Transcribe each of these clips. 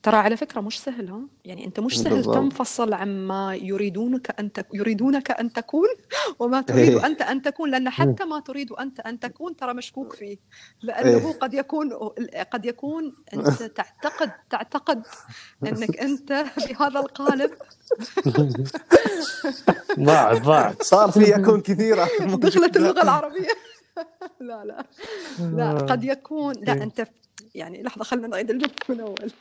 ترى على فكرة مش سهل، ها يعني أنت مش سهل بالضبط. تنفصل عما يريدونك أن تكون وما تريد إيه. أنت أن تكون، لأن حتى ما تريد أنت أن تكون ترى مشكوك فيه، لأنه إيه. قد يكون أنت تعتقد أنك أنت بهذا القالب. ضاعت صار في يكون كثيرة دخلت موجودة. اللغة العربية. لا لا لا، قد يكون، لا أنت يعني لحظة خلنا نعيد الجملة من أول.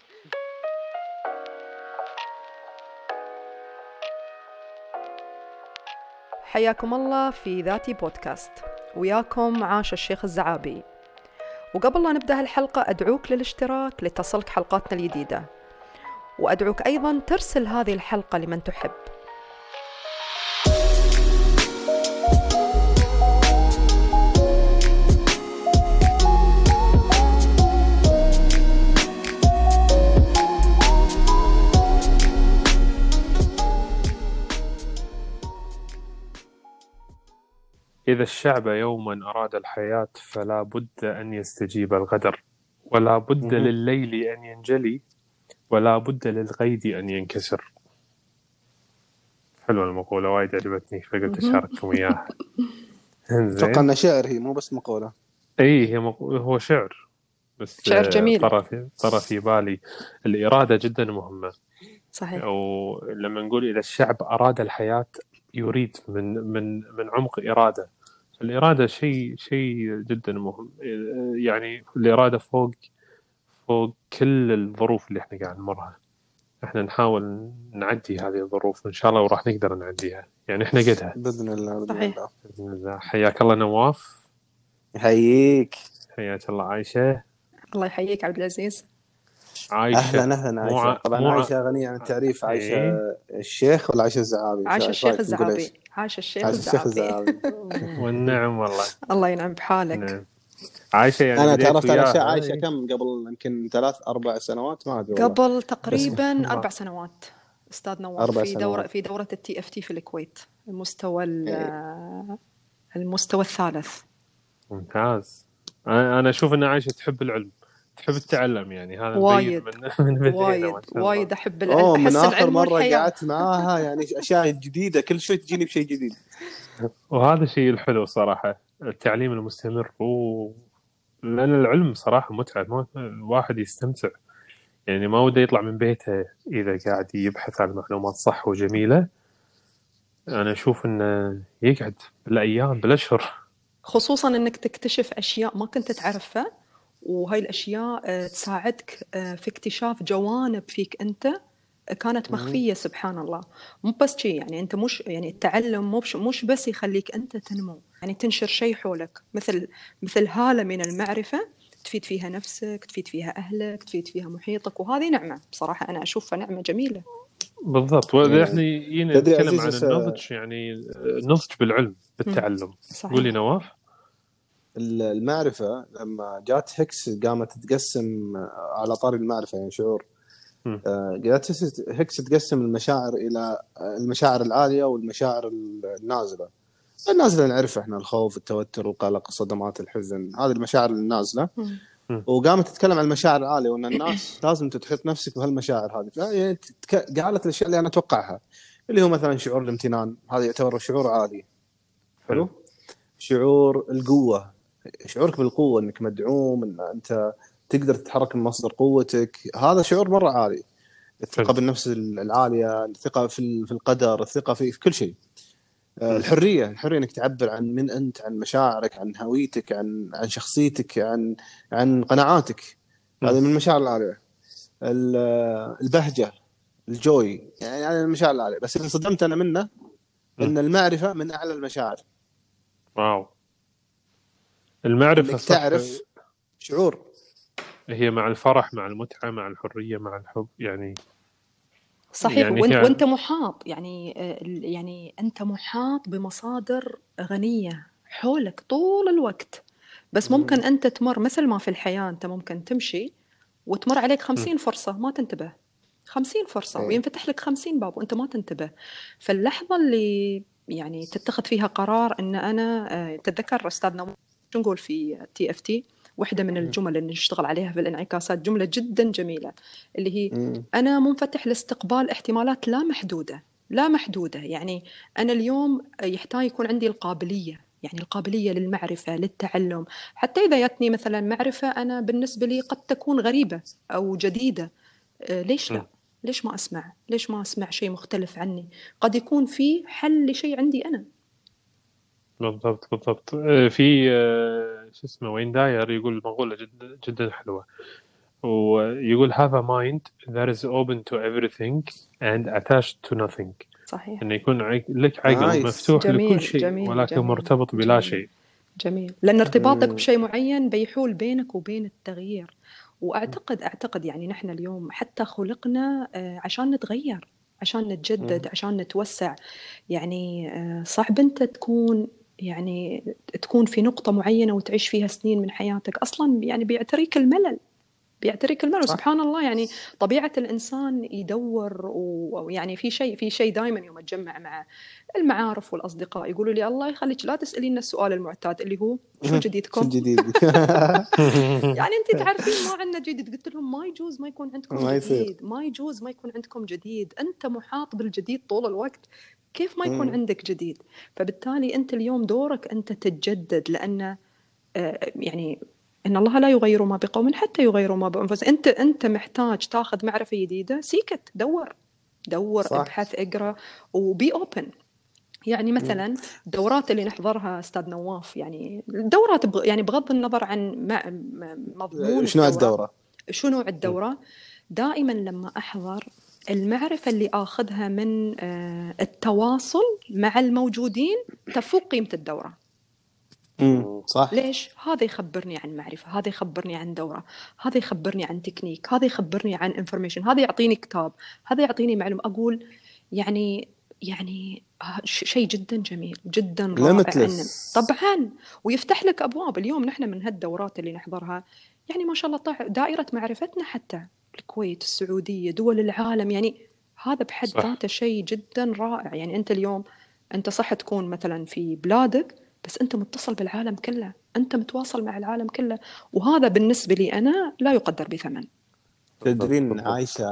حياكم الله في ذاتي بودكاست، وياكم عاش الشيخ الزعابي. وقبل لا نبدأ الحلقة أدعوك للاشتراك لتصلك حلقاتنا الجديدة، وأدعوك أيضا ترسل هذه الحلقة لمن تحب. إذا الشعب يوما أراد الحياة فلا بد أن يستجيب الغدر، ولا بد لليل أن ينجلي، ولا بد للغيد أن ينكسر. حلوة المقولة، وايد عجبتني فقلت أشارككم إياها. أتوقع زين. أنه شعر، هي مو بس مقولة. أي هو شعر، بس شعر جميل. طرى في بالي الإرادة جدا مهمة. صحيح. أو لما نقول إذا الشعب أراد الحياة يريد من عمق إرادة. الإرادة شيء جدا مهم، يعني الإرادة فوق كل الظروف اللي احنا قاعد نمرها. احنا نحاول نعدي هذه الظروف وإن شاء الله وراح نقدر نعديها، يعني احنا قدها بإذن الله. صحيح. بإذن الله. حياك الله نواف. يحييك. حياك الله عايشة. الله يحييك عبد العزيز. عايشة أهلا عايشة. طبعا عايشة غنية عن التعريف. عايشة ايه. الشيخ ولا عايشة الزعابي؟ عاش إيش الشيخ رأيك نقول إيش؟ الزعابي. عاش الشيخ عايشة الشيخ الزعابي. الزعابي. والنعم والله. الله ينعم بحالك. نعم. عايشة يعني أنا بديت تعرفت على وياها. عايشة كم قبل يمكن 3-4 سنوات، ما أدري والله. قبل بس تقريبا 4 سنوات أستاذ نواف 4 في سنوات. دورة الTFT في الكويت، المستوى الثالث. ممتاز. أنا أشوف أن عايشة تحب العلم، تحب التعلم، يعني هذا مبين من بدينا ما شاء الله. وايد أحب العلم، من أحس آخر العلم مرة والحياة. قعدت معاها يعني أشياء جديدة، كل شوي تجيني بشيء جديد. وهذا الشيء الحلو صراحة، التعليم المستمر. لأن العلم صراحة متعة، ما الواحد يستمتع، يعني ما وده يطلع من بيته إذا قاعد يبحث عن معلومات صح وجميلة. أنا أشوف إنه يقعد بالأيام بالأشهر. خصوصا أنك تكتشف أشياء ما كنت تعرفها، وهاي الأشياء تساعدك في اكتشاف جوانب فيك أنت كانت مخفية. سبحان الله. مو بس شيء، يعني أنت مش، يعني التعلم مش بس يخليك أنت تنمو، يعني تنشر شيء حولك، مثل هالة من المعرفة تفيد فيها نفسك، تفيد فيها أهلك، تفيد فيها محيطك، وهذه نعمة بصراحة أنا أشوفها نعمة جميلة. بالضبط. وإحنا يجينا تدري نتكلم عن عزيز، النضج، يعني النضج بالعلم بالتعلم. صحيح. قولي نواف. المعرفة لما جات هيكس قامت تقسم، على طاري المعرفة يعني شعور، جات هيكس تقسم المشاعر إلى المشاعر العالية والمشاعر النازلة. النازلة نعرفها احنا، الخوف، التوتر، القلق، الصدمات، الحزن، هذه المشاعر النازلة. وقامت تتكلم عن المشاعر العالية، وأن الناس لازم تحط نفسك بهالمشاعر هذه. يعني قالت الأشياء اللي أنا أتوقعها، اللي هو مثلا شعور الامتنان، هذا يعتبر شعور عالي. حلو. شعور القوة، شعورك بالقوة، انك مدعوم، ان انت تقدر تتحرك من مصدر قوتك، هذا شعور مرة عالي. الثقة بالنفس العالية، الثقة في القدر، الثقة في كل شيء. الحرية انك تعبر عن من انت، عن مشاعرك، عن هويتك، عن شخصيتك، عن قناعاتك. هذه من المشاعر العالية. البهجة، الجوي، يعني المشاعر العالية. بس اللي صدمت انا منه ان المعرفة من اعلى المشاعر. واو. المعرفة انك صح، تعرف شعور، هي مع الفرح، مع المتعة، مع الحرية، مع الحب، يعني صحيح. يعني وانت محاط، يعني انت محاط بمصادر غنية حولك طول الوقت، بس ممكن انت تمر مثل ما في الحياة، انت ممكن تمشي وتمر عليك 50 فرصة ما تنتبه، 50 فرصة وينفتح لك 50 باب وانت ما تنتبه. فاللحظة اللي تتخذ فيها قرار ان انا تتذكر استاذنا شو نقول في TFT، واحدة من الجمل اللي نشتغل عليها في الانعكاسات جملة جدا جميلة اللي هي أنا منفتح لاستقبال احتمالات لا محدودة. لا محدودة يعني أنا اليوم يحتاج يكون عندي القابلية، يعني القابلية للمعرفة للتعلم، حتى إذا جاتني مثلا معرفة أنا بالنسبة لي قد تكون غريبة أو جديدة، ليش لا؟ ليش ما أسمع؟ ليش ما أسمع شيء مختلف عني؟ قد يكون في حل لشيء عندي أنا. بالضبط. في شو اسمه وين داير يقول مقولة جدا جدا حلوة، ويقول have a mind that is open to everything and attached to nothing. صحيح. إنه يكون لك عقل مفتوح جميل لكل شيء جميل ولكن جميل مرتبط بلا جميل شيء. جميل، لأن ارتباطك بشيء معين بيحول بينك وبين التغيير. وأعتقد يعني نحن اليوم حتى خلقنا عشان نتغير، عشان نتجدد، عشان نتوسع. يعني صعب أنت تكون يعني تكون في نقطة معينة وتعيش فيها سنين من حياتك، أصلا يعني بيعتريك الملل. سبحان الله، يعني طبيعة الإنسان يدور، ويعني في شيء دائما يوم أتجمع مع المعارف والأصدقاء يقولوا لي الله يخليك لا تسألين السؤال المعتاد اللي هو شو جديدكم؟ شو الجديد؟ يعني أنت تعرفين ما عندنا جديد. قلت لهم ما يجوز ما يكون عندكم ما يصير. جديد، ما يجوز ما يكون عندكم جديد. أنت محاط بالجديد طول الوقت، كيف ما يكون عندك جديد؟ فبالتالي أنت اليوم دورك أنت تتجدد، لأن يعني إن الله لا يغير ما بقوم حتى يغيروا ما بأنفسهم. أنت محتاج تاخذ معرفة جديدة، سيكت، دور صح. ابحث، اقرأ، وبي أوبن. يعني مثلا الدورات اللي نحضرها أستاذ نواف، يعني الدورات يعني بغض النظر عن مضمون شنو الدورة، شو نوع الدورة، دائما لما أحضر المعرفة اللي آخذها من التواصل مع الموجودين تفوق قيمة الدورة. صح. ليش؟ هذا يخبرني عن معرفة، هذا يخبرني عن دورة، هذا يخبرني عن تكنيك، هذا يخبرني عن انفورميشن، هذا يعطيني كتاب، هذا يعطيني معلومة. أقول يعني شيء جدا جميل جدا رائع طبعا، ويفتح لك أبواب. اليوم نحن من هالدورات اللي نحضرها يعني ما شاء الله دائرة معرفتنا حتى الكويت، السعودية، دول العالم، يعني هذا بحد ذاته شيء جدا رائع. يعني أنت اليوم أنت صح تكون مثلا في بلادك، بس أنت متصل بالعالم كله، أنت متواصل مع العالم كله، وهذا بالنسبة لي أنا لا يقدر بثمن. تدرين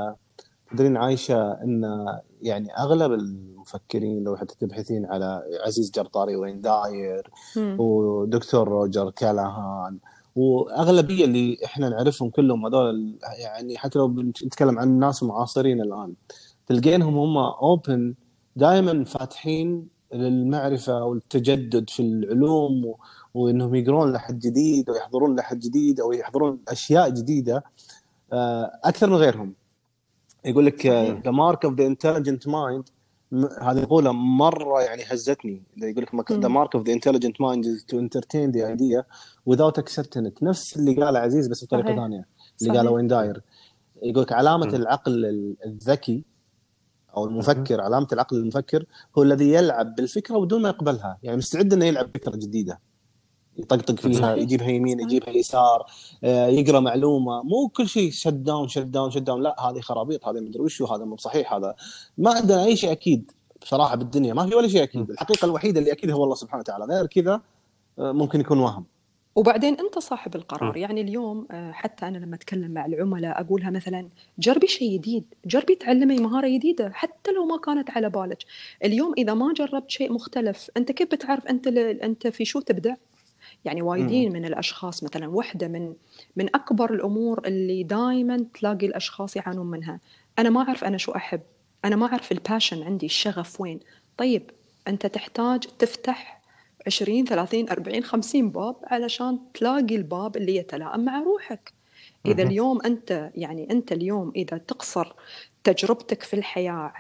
عايشة أن يعني أغلب المفكرين لو حتى تبحثين على عزيز جرطاري، وين داير، ودكتور روجر كالاهان، وأغلبية اللي إحنا نعرفهم كلهم هذول، يعني حتى لو بنتكلم عن الناس المعاصرين الآن تلقينهم هم أوبن، دائما فاتحين للمعرفة والتجدد في العلوم، وإنهم يقرون لحد جديد ويحضرون لحد جديد أو يحضرون أشياء جديدة أكثر من غيرهم. يقول لك the mark of the intelligent mind، هذه يقولها مرة يعني هزتني. يقول لك the mark of the intelligent mind is to entertain the idea without accepting it. نفس اللي قاله عزيز بس بطريقة ثانية، اللي قاله وين داير. يقول لك علامة العقل الذكي أو المفكر، علامة العقل المفكر هو الذي يلعب بالفكرة بدون ما يقبلها، يعني مستعد إنه يلعب فكرة جديدة، يطقطق فيها، يجيبها يمين يجيبها يسار، يقرأ معلومة، مو كل شيء شت داون، لا هذه خرابيط، هذا مدري وش، وهذا مو صحيح، هذا ما عندنا أي شيء أكيد بصراحة بالدنيا، ما في ولا شيء أكيد. الحقيقة الوحيدة اللي أكيد هو الله سبحانه وتعالى، غير كذا ممكن يكون وهم. وبعدين أنت صاحب القرار. يعني اليوم حتى أنا لما أتكلم مع العملاء أقولها مثلا جربي شيء جديد، جربي تعلمي مهارة جديدة حتى لو ما كانت على بالك. اليوم إذا ما جربت شيء مختلف أنت كيف بتعرف أنت في شو تبدع؟ يعني وايدين من الأشخاص، مثلا واحدة من أكبر الأمور اللي دائما تلاقي الأشخاص يعانون منها، أنا ما أعرف أنا شو أحب، أنا ما أعرف الباشن عندي، الشغف وين. طيب أنت تحتاج تفتح 20 30 40 50 باب علشان تلاقي الباب اللي يتلائم مع روحك. إذا اليوم أنت اليوم إذا تقصر تجربتك في الحياة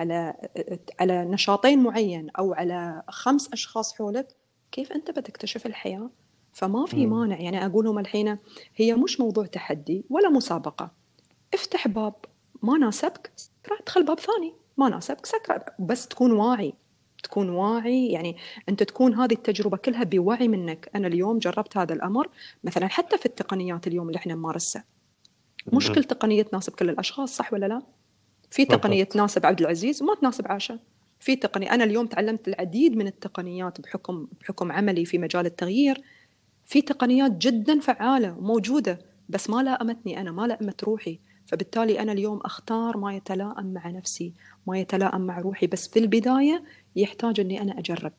على نشاطين معين أو على 5 أشخاص حولك، كيف أنت بتكتشف الحياة؟ فما في مانع. يعني أقولهم الحين هي مش موضوع تحدي ولا مسابقة، افتح باب ما ناسبك ادخل باب ثاني، ما ناسبك سكر، بس تكون واعي. يعني أنت تكون هذه التجربة كلها بوعي منك. أنا اليوم جربت هذا الأمر مثلا حتى في التقنيات اليوم اللي احنا نمارسها، مش كل تقنية تناسب كل الأشخاص، صح ولا لا؟ في تقنية تناسب عبد العزيز وما تناسب عاشا. في تقنية، أنا اليوم تعلمت العديد من التقنيات بحكم عملي في مجال التغيير، في تقنيات جدا فعالة وموجودة، بس ما لائمتني أنا، ما لائمت روحي، فبالتالي أنا اليوم أختار ما يتلائم مع نفسي، ما يتلائم مع روحي. بس في البداية يحتاج أني أنا أجرب.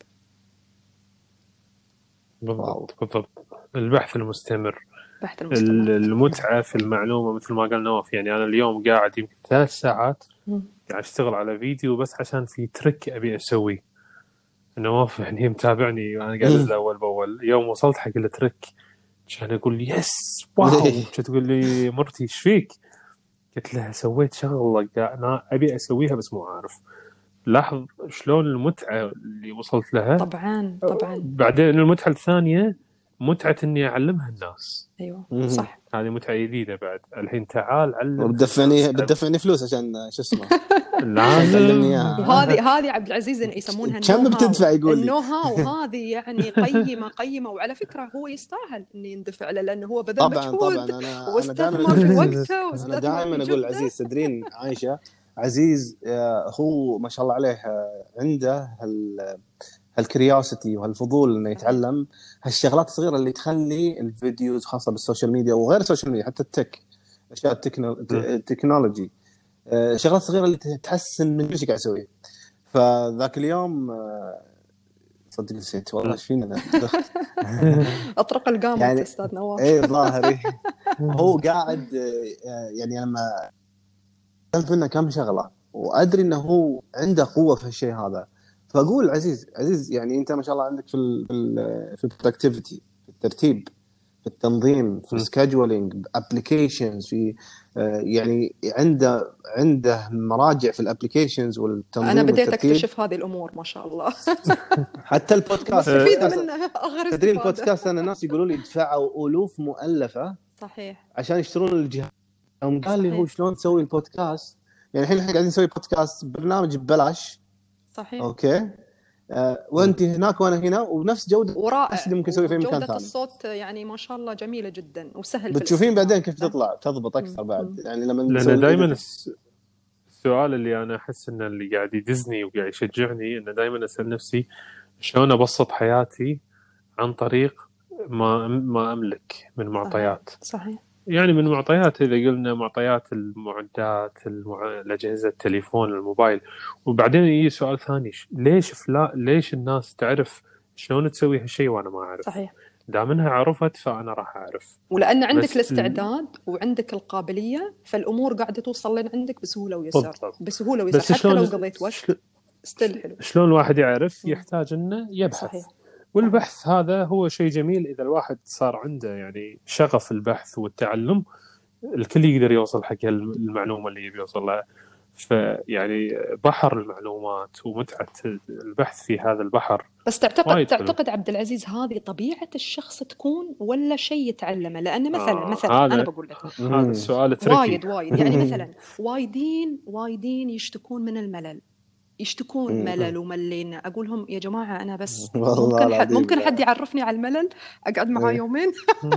بالضبط. البحث المستمر، بحث المستمر. المتعة في المعلومة، مثل ما قال نواف. يعني أنا اليوم قاعد يمكن 3 ساعات قاعد أشتغل على فيديو بس عشان في تريك أبي أسوي. نواف يعني متابعني وأنا قاعد أنزل أول بأول. يوم وصلت حق التريك كان يقول لي يس واو، كنت تقول لي مرتي إيش فيك؟ قلت لها سويت شغلة أنا أبي أسويها بس مو عارف. لاحظ شلون المتعة اللي وصلت لها. طبعا. بعدين المتعة الثانية متعة إني أعلمها الناس. أيوة صح. هذه متعة جديدة بعد. الحين تعال علم. وبتدفعني فلوس عشان شو اسمه لازم. وهذه عبد العزيز يسمونها كم بتدفع يقول لي النو هاو. وهذه يعني قيمة. وعلى فكرة هو يستاهل إن يندفع له، لأنه هو بذل مجهود. طبعا واستثمر في وقته. أنا دائما أقول عزيز، تدرين عايشة، عزيز هو ما شاء الله عليه عنده هالكرياسيتي وهالفضول انه يتعلم هالشغلات الصغيره اللي تخلي الفيديوز خاصه بالسوشيال ميديا وغير السوشيال ميديا، حتى اشياء التكنولوجي، شغلات صغيره اللي تحسن من كل شيء قاعد يسويه. فذاك اليوم صدق نسيت والله ايش فينا اطرق القامه يعني استاذ نواف. اي ظاهري هو قاعد يعني لما قلت منه كم شغله وادري انه هو عنده قوه في الشيء هذا، فاقول عزيز يعني انت ما شاء الله عندك في البرودكتيفيتي، في الترتيب، في التنظيم، في السكادجولينج، ابلكيشنز، في يعني عنده مراجع في الابلكيشنز والتنظيم. انا بديت اكتشف هذه الامور ما شاء الله. حتى البودكاست مستفيد منها اغرب. تدري البودكاست انا الناس يقولوا لي دفعوا الوف مؤلفه صحيح عشان يشترون الجهاز. قال لي هو شلون تسوي البودكاست؟ يعني الحين احنا قاعدين نسوي بودكاست برنامج ببلاش. صحيح. اوكي وانت هناك وانا هنا ونفس جوده ورائع اللي ممكن نسوي في مكان ثاني. جوده الصوت يعني ما شاء الله جميله جدا وسهل. بتشوفين بعدين كيف تطلع تضبط اكثر بعد. يعني لما لأن دائما السؤال اللي انا احس انه اللي قاعد يدزني وقاعد يشجعني انه دائما اسال نفسي شلون ابسط حياتي عن طريق ما املك من معطيات. صحيح. يعني من معطيات، إذا قلنا معطيات المعدات، الأجهزة، التليفون، الموبايل. وبعدين يجي سؤال ثاني، ليش الناس تعرف شلون تسوي هالشيء وأنا ما أعرف؟ صحيح. دامنها عرفت فأنا راح أعرف. ولأن عندك الاستعداد وعندك القابلية، فالأمور قاعدة توصل لين عندك بسهولة ويسر. بسهولة ويسر حتى لو قضيت وقت استل حلو. شلون الواحد يعرف؟ يحتاج إنه يبحث. صحيح. والبحث هذا هو شيء جميل. إذا الواحد صار عنده يعني شغف البحث والتعلم، الكل يقدر يوصل حق المعلومة اللي يبي يوصل لها. فيعني بحر المعلومات ومتعة البحث في هذا البحر. بس تعتقد عبد العزيز هذه طبيعة الشخص تكون ولا شيء يتعلمه؟ لأن مثلا أنا بقول لك هذا السؤال تركي. وايد يعني مثلا وايدين يشتكون من الملل، يشتكون ملل وملين. أقولهم يا جماعة أنا بس ممكن حد يعرفني على الملل أقعد معاه يومين.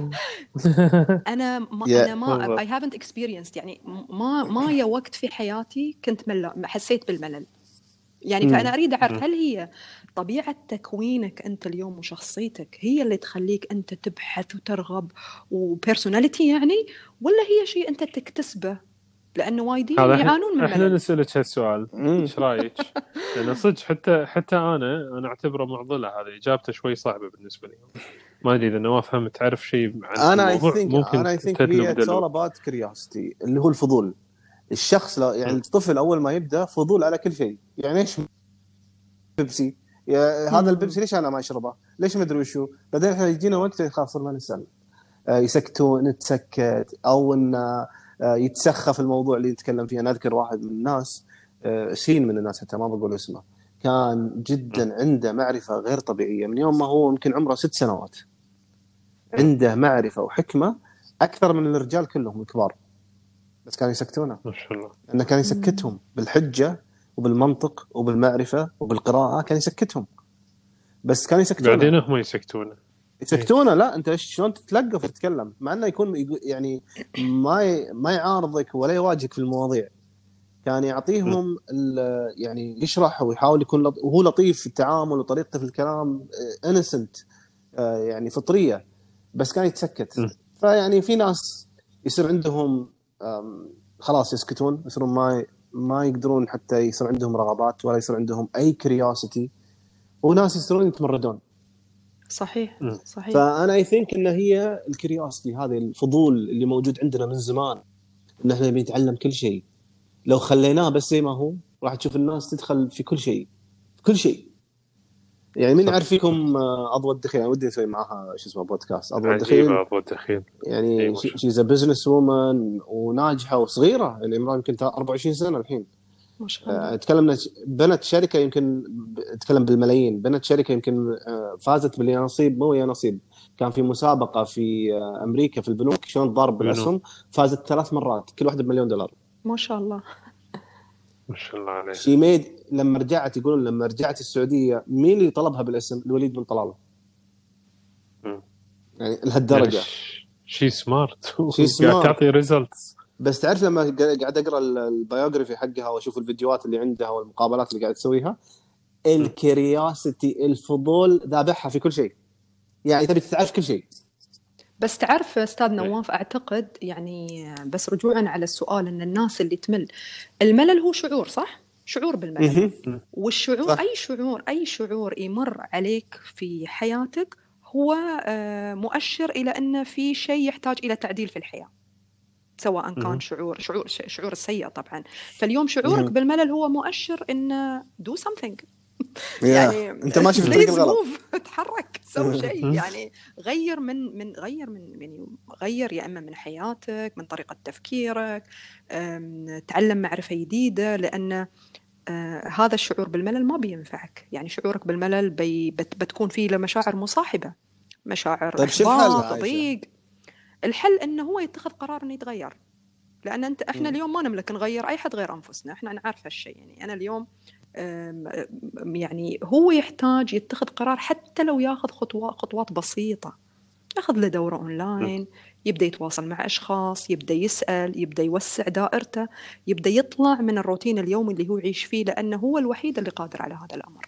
أنا ما I haven't experienced، يعني ما يا وقت في حياتي كنت حسيت بالملل يعني. فأنا أريد أعرف هل هي طبيعة تكوينك أنت اليوم وشخصيتك هي اللي تخليك أنت تبحث وترغب وبيرسوناليتي يعني، ولا هي شيء أنت تكتسبه؟ لأنه وايدين يعانون من احنا نسألك هالسؤال ايش رايك؟ لأن صدق حتى انا اعتبره معضله. هذه اجابته شوي صعبه بالنسبه لي. ما ادري اذا نواف فهم تعرف شيء عن الموضوع. ممكن هي all about curiosity اللي هو الفضول. الشخص يعني الطفل اول ما يبدا فضول على كل شيء. يعني ايش بيبسي؟ هذا البيبسي ليش انا ما اشربه؟ ليش ما ادري وشو؟ بعدين احنا يجينا وقت خلاص ما نسال، نتسكت او ان يتسخف الموضوع اللي نتكلم فيه. أنا أذكر واحد من الناس، سين من الناس حتى ما بقول اسمه، كان جدا عنده معرفة غير طبيعية من يوم ما هو يمكن عمره 6 سنوات. عنده معرفة وحكمة أكثر من الرجال كلهم الكبار، بس كانوا يسكتونه. ما شاء الله. أنه كان يسكتهم بالحجة وبالمنطق وبالمعرفة وبالقراءة، كان يسكتهم. بس كان يسكتونه بعدين هم يسكتونه. لا أنت شلون تتلقف وتتكلم مع أنه يكون يعني ما يعارضك ولا يواجهك في المواضيع. كان يعطيهم يعني يشرح ويحاول يكون وهو لطيف في التعامل وطريقته في الكلام innocent، يعني فطرية. بس كان يتسكت. فيعني في ناس يصير عندهم خلاص يسكتون، يصيرون ما يقدرون حتى يصير عندهم رغبات ولا يصير عندهم أي كرياسيتي، وناس يصيرون يتمردون. صحيح صحيح. فأنا I think إن هي الكرياسيتي، هذه الفضول اللي موجود عندنا من زمان، إن إحنا بنتعلم كل شيء. لو خليناه بس زي ما هو راح تشوف الناس تدخل في كل شيء، في كل شيء. يعني من يعرف فيكم أضوى الدخيل؟ أنا ودي أسوي معها شو اسمه بودكاست أضوى الدخيل. أضوى الدخيل يعني she's a business woman وناجحة وصغيرة، يعني عمرها يمكن 24 سنة الحين ما شاء الله. تكلمنا بنت شركة يمكن تكلم بالملايين، بنت شركة يمكن فازت باليانصيب، مو يانصيب، كان في مسابقة في أمريكا في البنوك شلون ضارب بالأسهم، فازت 3 مرات كل واحدة $1,000,000. ما شاء الله ما شاء الله عليه. شي ميد لما رجعت يقولون لما رجعت السعودية مين اللي طلبها بالاسم؟ الوليد بن طلال. يعني لهالدرجة شي سمارت قاعد تعطي ريزلتس. بس تعرف لما قاعد أقرأ البيوغرافي حقها وأشوف الفيديوهات اللي عندها والمقابلات اللي قاعد تسويها، الكرياسيتي الفضول ذابحها في كل شيء، يعني تبي تعرف كل شيء. بس تعرف أستاذ نواف، أعتقد يعني بس رجوعا على السؤال إن الناس اللي تمل، الملل هو شعور، صح؟ شعور بالملل. والشعور صح. أي شعور يمر عليك في حياتك هو مؤشر إلى أن في شيء يحتاج إلى تعديل في الحياة، سواء كان شعور السيء طبعا. فاليوم شعورك بالملل هو مؤشر إن do something. يعني انت ماشي في الطريق الغلط، تحرك، سوي شيء، يعني غير غير يا اما من حياتك، من طريقه تفكيرك، تعلم معرفه جديده، لان هذا الشعور بالملل ما بينفعك. يعني شعورك بالملل بتكون فيه لمشاعر مصاحبه، مشاعر طيب احباط، ضيق. الحل انه هو يتخذ قرار انه يتغير، لان احنا اليوم ما نملك نغير اي حد غير انفسنا، احنا نعرف هالشيء. يعني انا اليوم يعني هو يحتاج يتخذ قرار، حتى لو ياخذ خطوات بسيطة، ياخذ له دورة أونلاين، يبدأ يتواصل مع أشخاص، يبدأ يسأل، يبدأ يوسع دائرته، يبدأ يطلع من الروتين اليومي اللي هو يعيش فيه، لأنه هو الوحيد اللي قادر على هذا الأمر.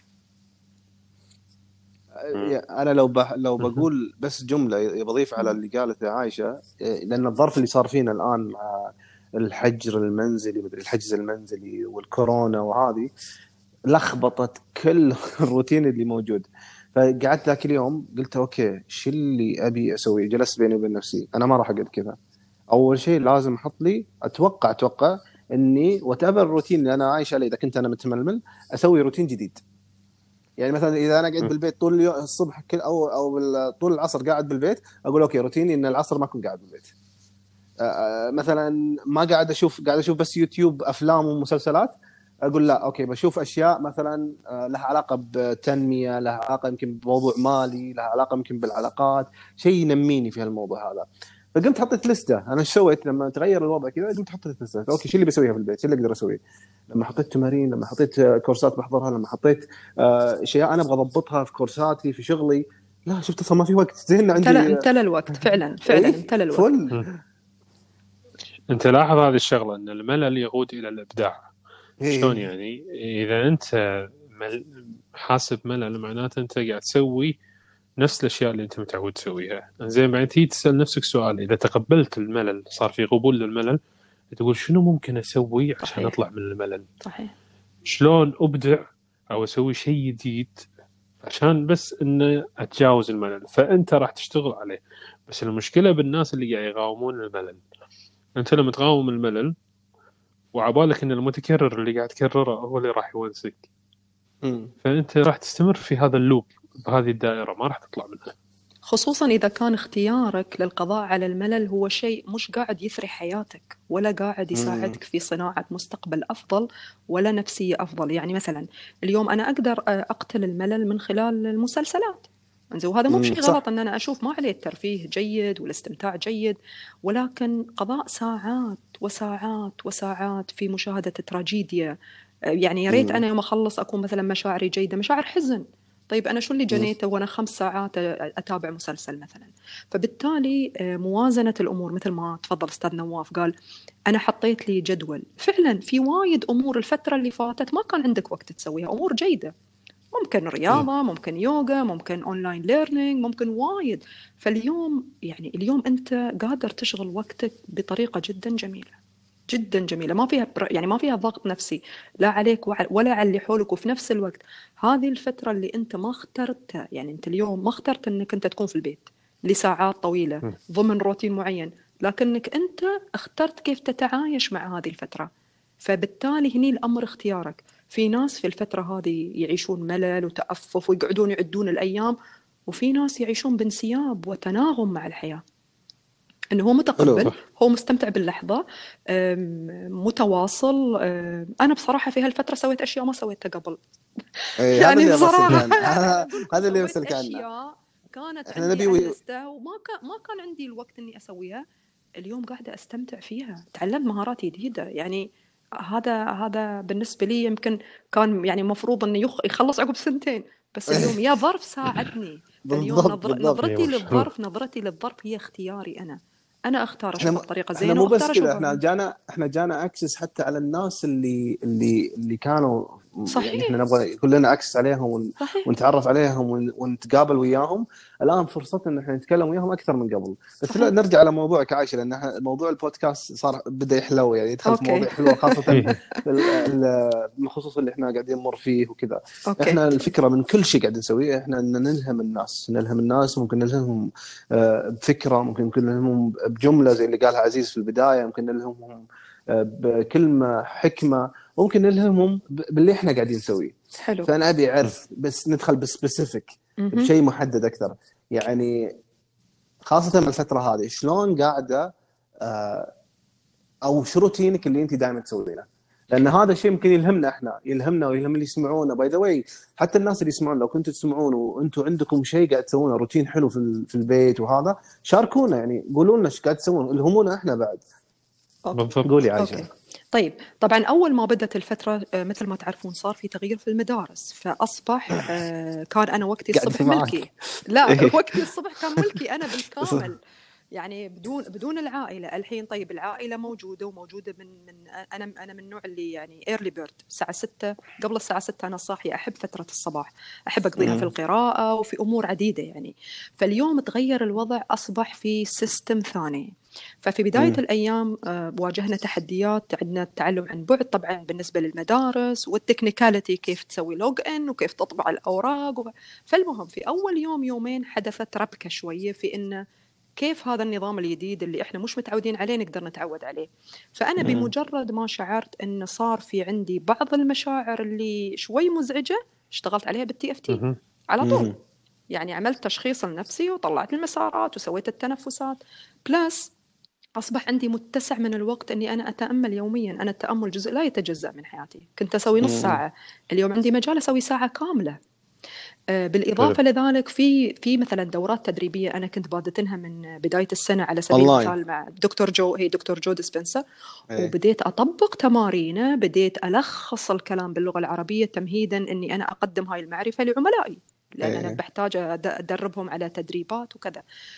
أنا لو بقول بس جملة بضيف على اللي قالته عايشة، لأن الظرف اللي صار فينا الآن مع الحجر المنزلي، مدري الحجز المنزلي والكورونا وهذه، لخبطت كل الروتين اللي موجود. فقعدت ذاك اليوم قلت أوكي شو اللي أبي أسوي؟ جلست بيني وبين نفسي، أنا ما راح أقعد كذا. أول شيء لازم أحط لي أتوقع إني وتابع الروتين اللي أنا عايش عليه. إذا كنت أنا متململ أسوي روتين جديد. يعني مثلا إذا أنا قاعد بالبيت طول اليوم الصبح أو طول العصر قاعد بالبيت، أقول أوكي روتيني إن العصر ما أكون قاعد بالبيت. مثلا ما قاعد أشوف بس يوتيوب أفلام ومسلسلات، أقول لا أوكي بشوف أشياء مثلا لها علاقة بتنمية، لها علاقة يمكن بموضوع مالي، لها علاقة يمكن بالعلاقات، شيء ينميني في هالموضوع هذا. فقمت حطيت لستة. أنا إيش سويت لما تغير الوضع كذا؟ قمت حطيت لستة، أوكي شو اللي بسويها في البيت، شو اللي أقدر أسويه. لما حطيت تمارين، لما حطيت كورسات بحضرها، لما حطيت أشياء أنا أبغى أضبطها في كورساتي في شغلي، لا شفت أصلا ما في وقت، زين عندي امتلأ الوقت فعلا امتلأ الوقت. أنت لاحظ هذه الشغلة أن الملل يقود إلى الإبداع. شلون يعني؟ إذا أنت حاسب ملل معناته أنت قاعد تسوي نفس الأشياء اللي أنت متعود تسويها. زين بعدين تيجي تسأل نفسك سؤال، إذا تقبلت الملل، صار في قبول للملل، تقول شنو ممكن أسوي عشان أطلع من الملل؟ صحيح. شلون أبدع أو أسوي شيء جديد عشان بس إنه أتجاوز الملل؟ فأنت راح تشتغل عليه. بس المشكلة بالناس اللي قاعد يقاومون الملل، أنت لما تقاوم الملل وعبالك إن المتكرر اللي قاعد تكرره هو اللي راح يونسك، فأنت راح تستمر في هذا اللوب، بهذه الدائرة، ما راح تطلع منها. خصوصا إذا كان اختيارك للقضاء على الملل هو شيء مش قاعد يثري حياتك، ولا قاعد يساعدك في صناعة مستقبل أفضل ولا نفسية أفضل. يعني مثلا اليوم أنا أقدر أقتل الملل من خلال المسلسلات، وهذا مو بشيء غلط أن أنا أشوف، ما عليه الترفيه جيد والاستمتاع جيد، ولكن قضاء ساعات وساعات وساعات في مشاهدة تراجيديا، يعني يا ريت أنا يوم أخلص أكون مثلا مشاعري جيدة، مشاعر حزن. طيب أنا شو اللي جنيته وأنا 5 ساعات أتابع مسلسل مثلا؟ فبالتالي موازنة الأمور، مثل ما تفضل أستاذ نواف قال، أنا حطيت لي جدول. فعلا في وايد أمور الفترة اللي فاتت ما كان عندك وقت تسويها، أمور جيدة ممكن رياضة، ممكن يوغا، ممكن أونلاين ليرنينج، ممكن وايد. فاليوم يعني اليوم أنت قادر تشغل وقتك بطريقة جدا جميلة، جدا جميلة، ما فيها يعني ما فيها ضغط نفسي لا عليك ولا على اللي حولك. وفي نفس الوقت هذه الفترة اللي أنت ما اخترتها، يعني أنت اليوم ما اخترت أنك أنت تكون في البيت لساعات طويلة ضمن روتين معين، لكنك أنت اخترت كيف تتعايش مع هذه الفترة. فبالتالي هني الأمر اختيارك. في ناس في الفترة هذه يعيشون ملل وتأفف ويقعدون يعدون الأيام، وفي ناس يعيشون بانسياب وتناغم مع الحياة، انه هو متقبل، صح. هو مستمتع باللحظه، متواصل. انا بصراحه في هالفتره سويت اشياء ما سويتها قبل. هذا يعني اللي بسألك بصراحه عنه. اقول لكم هذا اللي سويت بسألك عنه. اشياء كانت احنا عندي نبي على اللسته وما كان عندي الوقت اني اسويها. اليوم قاعده استمتع فيها، تعلمت مهارات جديده. يعني هذا بالنسبه لي يمكن كان يعني مفروض انه يخلص عقب سنتين، بس اليوم يا ظرف ساعدني. فاليوم بالضبط. اي ما شاء الله. نظرتي للظرف هي اختياري. انا اختار اشوفها احنا بطريقه احنا زينه مو واختار بس كذا، اشوفها. احنا جانا اكسس حتى على الناس اللي كانوا، يعني احنا صحيح، نبغى كلنا اكسس عليهم صحيح، ونتعرف عليهم ونتقابل وياهم. الان فرصتنا ان احنا نتكلم وياهم اكثر من قبل. بس لا، صحيح. نرجع على موضوعك عايشه، لان موضوع البودكاست صار بدا يحلو، يعني يدخل في اوكي. مواضيع حلوه، خاصه إيه. بالخصوص اللي احنا قاعدين نمر فيه وكذا. اوكي. احنا الفكره من كل شيء قاعدين نسويه احنا ان نلهم الناس. ممكن نلهمهم بفكره، ممكن نلهمهم بجمله زي اللي قالها عزيز في البدايه، ممكن نلهمهم بكلمه حكمه، ممكن نلهمهم باللي احنا قاعدين نسويه. حلو. فانا ابي اعرف، بس ندخل بسبيسيفيك، بشيء محدد اكثر. يعني خاصه من الفتره هذه، شلون قاعده او شو روتينك اللي انت دائما تسوينه؟ لان هذا الشيء ممكن يلهمنا احنا، يلهمنا ويلهم اللي يسمعونا. باي ذا واي، حتى الناس اللي يسمعون، لو كنتوا تسمعون وانتم عندكم شيء قاعد تسوونه، روتين حلو في البيت وهذا، شاركونا، يعني قولوا لنا ايش قاعد تسوون، الهمونا احنا بعد. اوكي. بالضبط. قولي عايشه. اوكي. طيب، طبعا اول ما بدت الفتره مثل ما تعرفون صار في تغيير في المدارس، فاصبح كان انا وقتي قاعد الصبح معاك. ملكي. لا، إيه. وقتي الصبح كان ملكي انا بالكامل، يعني بدون العائله. الحين طيب العائله موجوده من انا من النوع اللي يعني ايرلي بيرد، الساعه 6، قبل الساعه 6 انا صاحيه. احب فتره الصباح، احب اقضيها في القراءه وفي امور عديده يعني. فاليوم تغير الوضع، اصبح في سيستم ثاني. ففي بداية الأيام واجهنا تحديات، عندنا التعلم عن بعد طبعا بالنسبة للمدارس، والتكنيكاليتي كيف تسوي لوج إن وكيف تطبع الأوراق فالمهم في أول يومين حدثت ربكة شوية في إنه كيف هذا النظام الجديد اللي إحنا مش متعودين عليه نقدر نتعود عليه. فأنا بمجرد ما شعرت إن صار في عندي بعض المشاعر اللي شوي مزعجة، اشتغلت عليها بالتي اف تي على طول. يعني عملت تشخيص لنفسي وطلعت المسارات وسويت التنفسات بلس. أصبح عندي متسع من الوقت أني أنا أتأمل يوميا. أنا التأمل جزء لا يتجزأ من حياتي. كنت أسوي نص ساعة، اليوم عندي مجال أسوي ساعة كاملة. بالإضافة لذلك في مثلا دورات تدريبية أنا كنت بادتنها من بداية السنة على سبيل المثال مع دكتور جو ديسبنسر. وبديت أطبق تمارينه، بديت ألخص الكلام باللغة العربية تمهيدا أني أنا أقدم هاي المعرفة لعملائي، لأن أنا بحتاج أدربهم على تدريبات وكذا.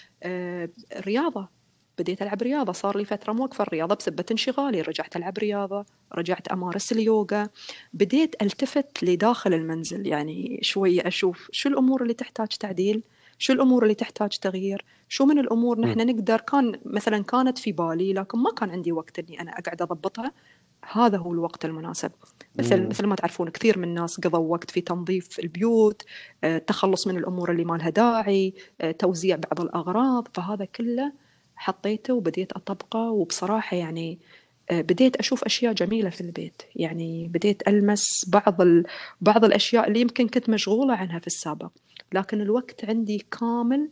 الرياضة، بديت ألعب رياضة، صار لي فترة موقفة الرياضة بسبة انشغالي، رجعت ألعب رياضة، رجعت أمارس اليوغا. بديت ألتفت لداخل المنزل، يعني شوية أشوف شو الأمور اللي تحتاج تعديل، شو الأمور اللي تحتاج تغيير، شو من الأمور نحن نقدر كانت في بالي لكن ما كان عندي وقت أني أنا أقعد أضبطها. هذا هو الوقت المناسب. مثل ما تعرفون كثير من الناس قضوا وقت في تنظيف البيوت، تخلص من الأمور اللي ما لها داعي، توزيع بعض الأغراض. فهذا كله حطيته وبديت أطبقه. وبصراحة يعني بديت أشوف أشياء جميلة في البيت، يعني بديت ألمس بعض الأشياء اللي يمكن كنت مشغولة عنها في السابق، لكن الوقت عندي كامل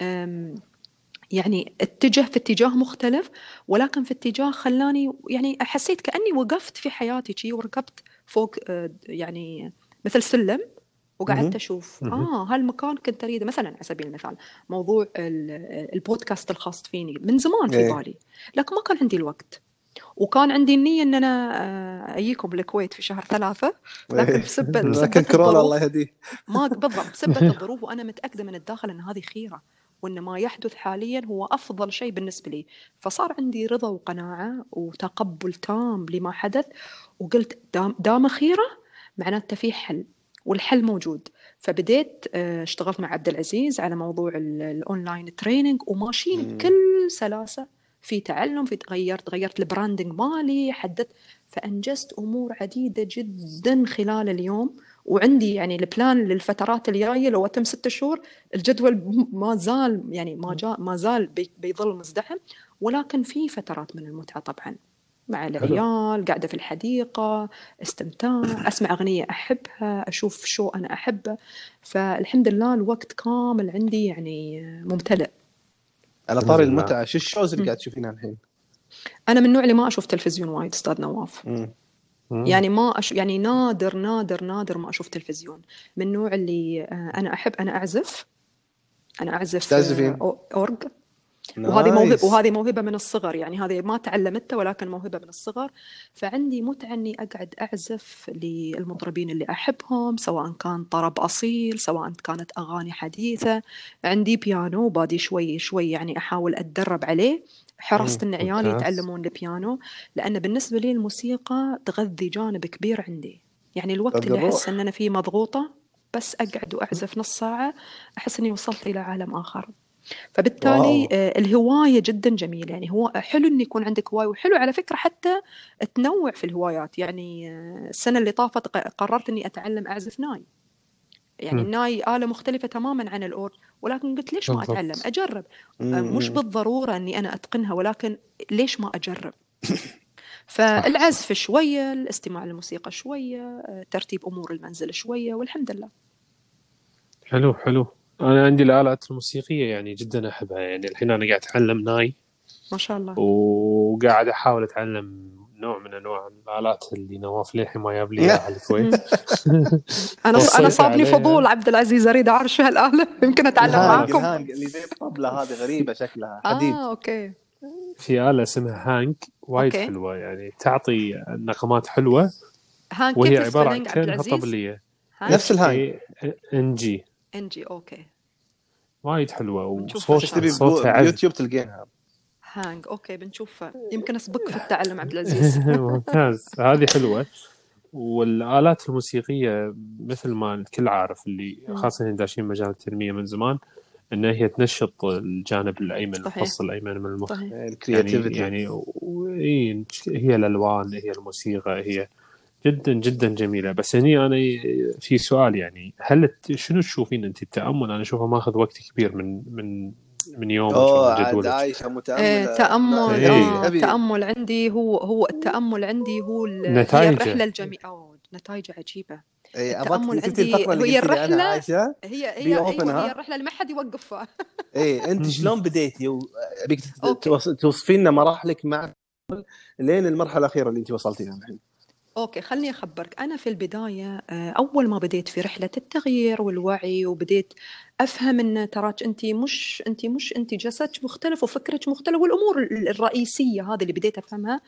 يعني اتجه في اتجاه مختلف، ولكن في اتجاه خلاني يعني حسيت كأني وقفت في حياتي شي وركبت فوق يعني مثل سلم، وقعدت أشوف هالمكان كنت أريده. مثلا على سبيل المثال موضوع البودكاست الخاص فيني من زمان في بالي، لكن ما كان عندي الوقت. وكان عندي النية أن أنا أجيكم الكويت في شهر 3، لكن بسبة كورونا الله الظروف يهديه. ما بالضبط بسبة الظروف، وأنا متأكدة من الداخل أن هذه خيرة، وأن ما يحدث حاليا هو أفضل شيء بالنسبة لي. فصار عندي رضا وقناعة وتقبل تام لما حدث، وقلت دام خيرة معناته في حل، والحل موجود. فبديت اشتغلت مع عبد العزيز على موضوع الأونلاين تريننج، وماشيين بكل سلاسة في تعلم، في غيرت البراندنج مالي، حددت، فأنجزت أمور عديدة جدا خلال اليوم. وعندي يعني البلان للفترات الجاية لو أتم 6 شهور، الجدول ما زال يعني ما زال بيظل مزدحم، ولكن في فترات من المتعة طبعا مع العيال، قاعدة في الحديقة، استمتاع، أسمع أغنية أحبها، أشوف شو أنا أحبه. فالحمد لله الوقت كامل عندي يعني ممتلئ. على طاري المتعة، شو الشوز اللي قاعد تشوفينها الحين؟ أنا من النوع اللي ما أشوف تلفزيون وايد أستاذ نواف. يعني ما يعني نادر نادر نادر ما أشوف تلفزيون. من النوع اللي أنا أحب، أنا أعزف أورج. وهذه موهبة من الصغر، يعني هذه ما تعلمتها ولكن موهبة من الصغر. فعندي متعة أني أقعد أعزف للمطربين اللي أحبهم، سواء كان طرب أصيل، سواء كانت أغاني حديثة. عندي بيانو بادي شوي شوي يعني أحاول أتدرب عليه، حرصت أن عيالي يتعلمون البيانو، لأن بالنسبة لي الموسيقى تغذي جانب كبير عندي. يعني الوقت اللي أحس أن أنا فيه مضغوطة، بس أقعد وأعزف نص ساعة أحس أني وصلت إلى عالم آخر. فبالتالي الهواية جدا جميلة. يعني هو حلو أن يكون عندك هواية، وحلو على فكرة حتى تنوع في الهوايات. يعني السنة اللي طافت قررت أني أتعلم أعزف ناي. يعني الناي آلة مختلفة تماما عن الأورج، ولكن قلت ليش ما أتعلم أجرب. مش بالضرورة أني أنا أتقنها، ولكن ليش ما أجرب. فالعزف شوية، الاستماع للموسيقى شوية، ترتيب أمور المنزل شوية، والحمد لله. حلو. أنا عندي الآلات الموسيقية يعني جدا أحبها. يعني الحين أنا قاعد أتعلم ناي ما شاء الله، وقاعد أحاول أتعلم نوع من أنواع الآلات اللي نواف للحين ما جاب لي إياها على الكويت. أنا صابني فضول عبد العزيز، أريد أعرف شو هالآلة، يمكن أتعلم معاكم. الهانج اللي زي الطبلة هذه غريبة شكلها حديد. أوكي. في آلة اسمها هانك وايد حلوة، يعني تعطي نغمات حلوة، هانك وهي كيف عبارة عن السبيلنج كأنها طبلية. نفس الهانج NG. أوكي. وايد حلوة وصوتها عذب. بيوتيوب تلقينها هانج. أوكي بنشوفها، يمكن أسبق في التعلم عبد العزيز. ممتاز، هذه حلوة. والآلات الموسيقية مثل ما الكل عارف، اللي خاصة داشين مجال التنمية من زمان، إن هي تنشط الجانب الأيمن، الفص الأيمن من المخ. يعني هي الألوان، هي الموسيقى، هي جدا جدا جميلة. بس هني أنا في سؤال، يعني هل شنو تشوفين أنت التأمل؟ أنا أشوفه ماخذ وقت كبير من يومك ومن جدولك. عايشة متأمل. تأمل عندي هو التأمل عندي هو هي الرحلة الجميلة. نتائج عجيبة. التأمل عندي هي الرحلة، عايشة هي الرحلة اللي ما حد يوقفها. أنت شلون بديتي؟ أبيك توصفين لنا مراحلك مع لين المرحلة الأخيرة اللي أنت وصلتيها الحين. أوكي، خلني أخبرك. أنا في البداية أول ما بديت في رحلة التغيير والوعي، وبديت أفهم أن تراك أنت جسدك مختلف وفكرك مختلف، والأمور الرئيسية هذه اللي بديت أفهمها،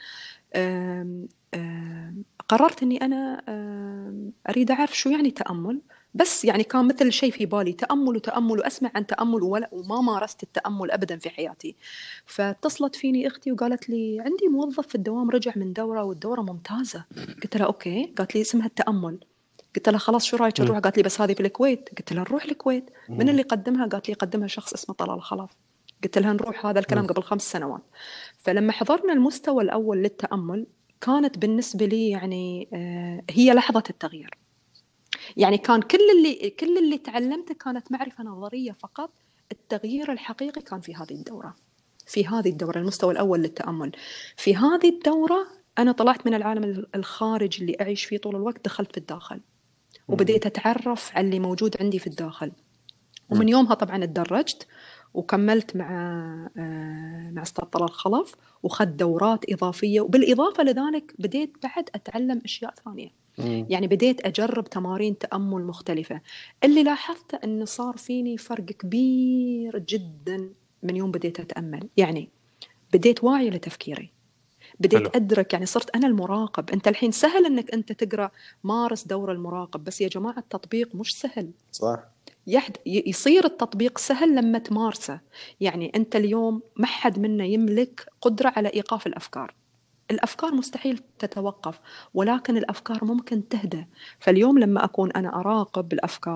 قررت أني أنا أريد أعرف شو يعني تأمل. بس يعني كان مثل شيء في بالي، تأمل وأسمع عن تأمل وما مارست التأمل أبدا في حياتي. فاتصلت فيني أختي وقالت لي عندي موظف في الدوام رجع من دورة والدورة ممتازة. قلت لها أوكي. قالت لي اسمها التأمل. قلت لها خلاص شو رأيك نروح؟ قالت لي بس هذه في الكويت. قلت لها نروح الكويت. من اللي قدمها؟ قالت لي قدمها شخص اسمه طلال خلف. قلت لها نروح. هذا الكلام قبل 5 سنوات. فلما حضرنا المستوى الأول للتأمل، كانت بالنسبة لي يعني هي لحظة التغيير. يعني كان كل اللي تعلمته كانت معرفة نظرية فقط. التغيير الحقيقي كان في هذه الدورة المستوى الأول للتأمل. في هذه الدورة أنا طلعت من العالم الخارج اللي أعيش فيه طول الوقت، دخلت في الداخل وبديت أتعرف على اللي موجود عندي في الداخل. ومن يومها طبعا اتدرجت وكملت مع أستاذ طلال خلف، وخذ دورات إضافية، وبالإضافة لذلك بديت بعد أتعلم أشياء ثانية. يعني بديت أجرب تمارين تأمل مختلفة. اللي لاحظته أنه صار فيني فرق كبير جدا من يوم بديت أتأمل. يعني بديت واعية لتفكيري، بديت أدرك، يعني صرت أنا المراقب. أنت الحين سهل أنك أنت تقرأ مارس دور المراقب، بس يا جماعة التطبيق مش سهل. صح. يصير التطبيق سهل لما تمارسه. يعني أنت اليوم ما حد منا يملك قدرة على إيقاف الأفكار مستحيل تتوقف، ولكن الأفكار ممكن تهدى. فاليوم لما أكون أنا أراقب الأفكار،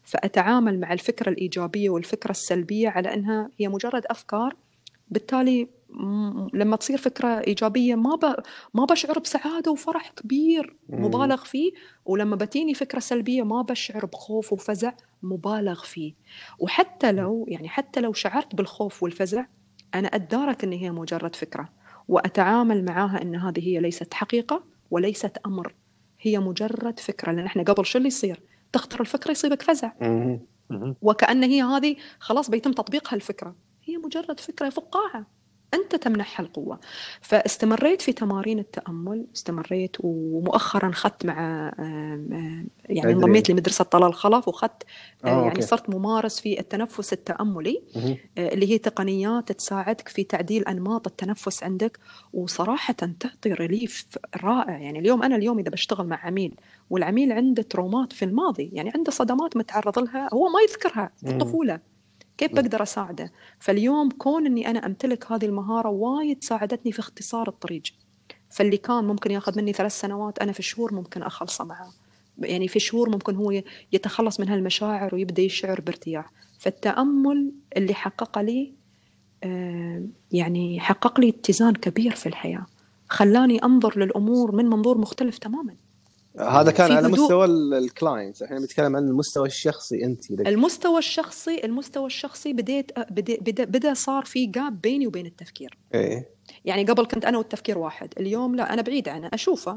فأتعامل مع الفكرة الإيجابية والفكرة السلبية على أنها هي مجرد أفكار. بالتالي لما تصير فكرة إيجابية ما بشعر بسعادة وفرح كبير مبالغ فيه، ولما بتيني فكرة سلبية ما بشعر بخوف وفزع مبالغ فيه. وحتى لو شعرت بالخوف والفزع، أنا أتدارك أن هي مجرد فكرة، وأتعامل معاها أن هذه هي ليست حقيقة وليست أمر، هي مجرد فكرة. لأن إحنا قبل شو اللي يصير؟ تخطر الفكرة يصيبك فزع، وكأن هي هذه خلاص بيتم تطبيقها الفكرة. هي مجرد فكرة فقاعة، أنت تمنحها القوة. فاستمريت في تمارين التأمل، استمريت، ومؤخرا خدت مع يعني انضميت لمدرسة طلال خلف، وخدت يعني صرت ممارس في التنفس التأملي، اللي هي تقنيات تساعدك في تعديل أنماط التنفس عندك، وصراحة تعطي ريليف رائع. يعني اليوم إذا بشتغل مع عميل والعميل عنده ترومات في الماضي، يعني عنده صدمات متعرض لها هو ما يذكرها في الطفولة، كيف بقدر أساعده؟ فاليوم كون أني أنا أمتلك هذه المهارة وايد ساعدتني في اختصار الطريق. فاللي كان ممكن ياخذ مني 3 سنوات أنا في شهور ممكن أخلصه معه، يعني في شهور ممكن هو يتخلص من هالمشاعر ويبدأ يشعر بارتياح. فالتأمل اللي حقق لي يعني حقق لي اتزان كبير في الحياة، خلاني أنظر للأمور من منظور مختلف تماما. هذا كان على مستوى الكلاينت، احنا بنتكلم عن المستوى الشخصي. انت المستوى الشخصي بدأ صار في جاب بيني وبين التفكير. يعني قبل كنت أنا والتفكير واحد، اليوم لا، أنا بعيد عنه، أشوفه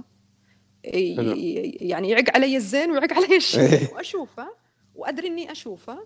يعني يعق علي الزين ويعق علي الشيء وأشوفه وأدري إني أشوفه،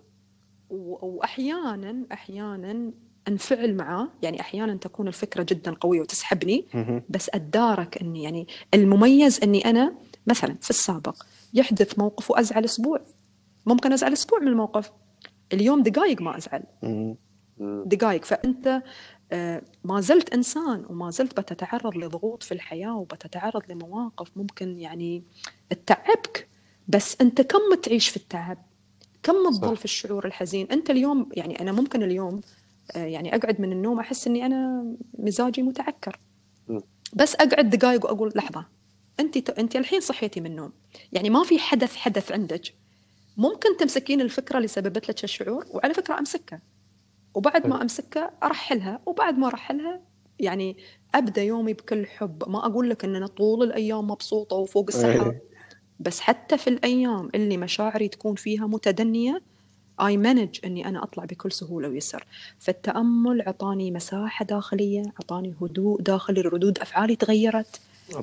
وأحيانا أنفعل معاه. يعني أحيانا تكون الفكرة جدا قوية وتسحبني، بس أدارك إني يعني المميز إني أنا مثلا في السابق يحدث موقف وأزعل أسبوع، ممكن أزعل أسبوع من الموقف، اليوم دقائق ما أزعل، دقائق. فأنت ما زلت إنسان، وما زلت بتتعرض لضغوط في الحياة، وبتتعرض لمواقف ممكن يعني تتعبك، بس أنت كم تعيش في التعب، كم تظل في الشعور الحزين. أنت اليوم يعني أنا ممكن اليوم يعني أقعد من النوم أحس أني أنا مزاجي متعكر، بس أقعد دقائق وأقول لحظة، أنت الحين صحيتي من النوم، يعني ما في حدث عندك، ممكن تمسكين الفكرة اللي سببت لك الشعور، وعلى فكرة أمسكها، وبعد ما أمسكها أرحلها، وبعد ما أرحلها يعني أبدأ يومي بكل حب. ما أقول لك أننا طول الأيام مبسوطة وفوق السحاب، بس حتى في الأيام اللي مشاعري تكون فيها متدنية I manage أني أنا أطلع بكل سهولة ويسر. فالتأمل عطاني مساحة داخلية، عطاني هدوء داخلي، ردود أفعالي تغيرت،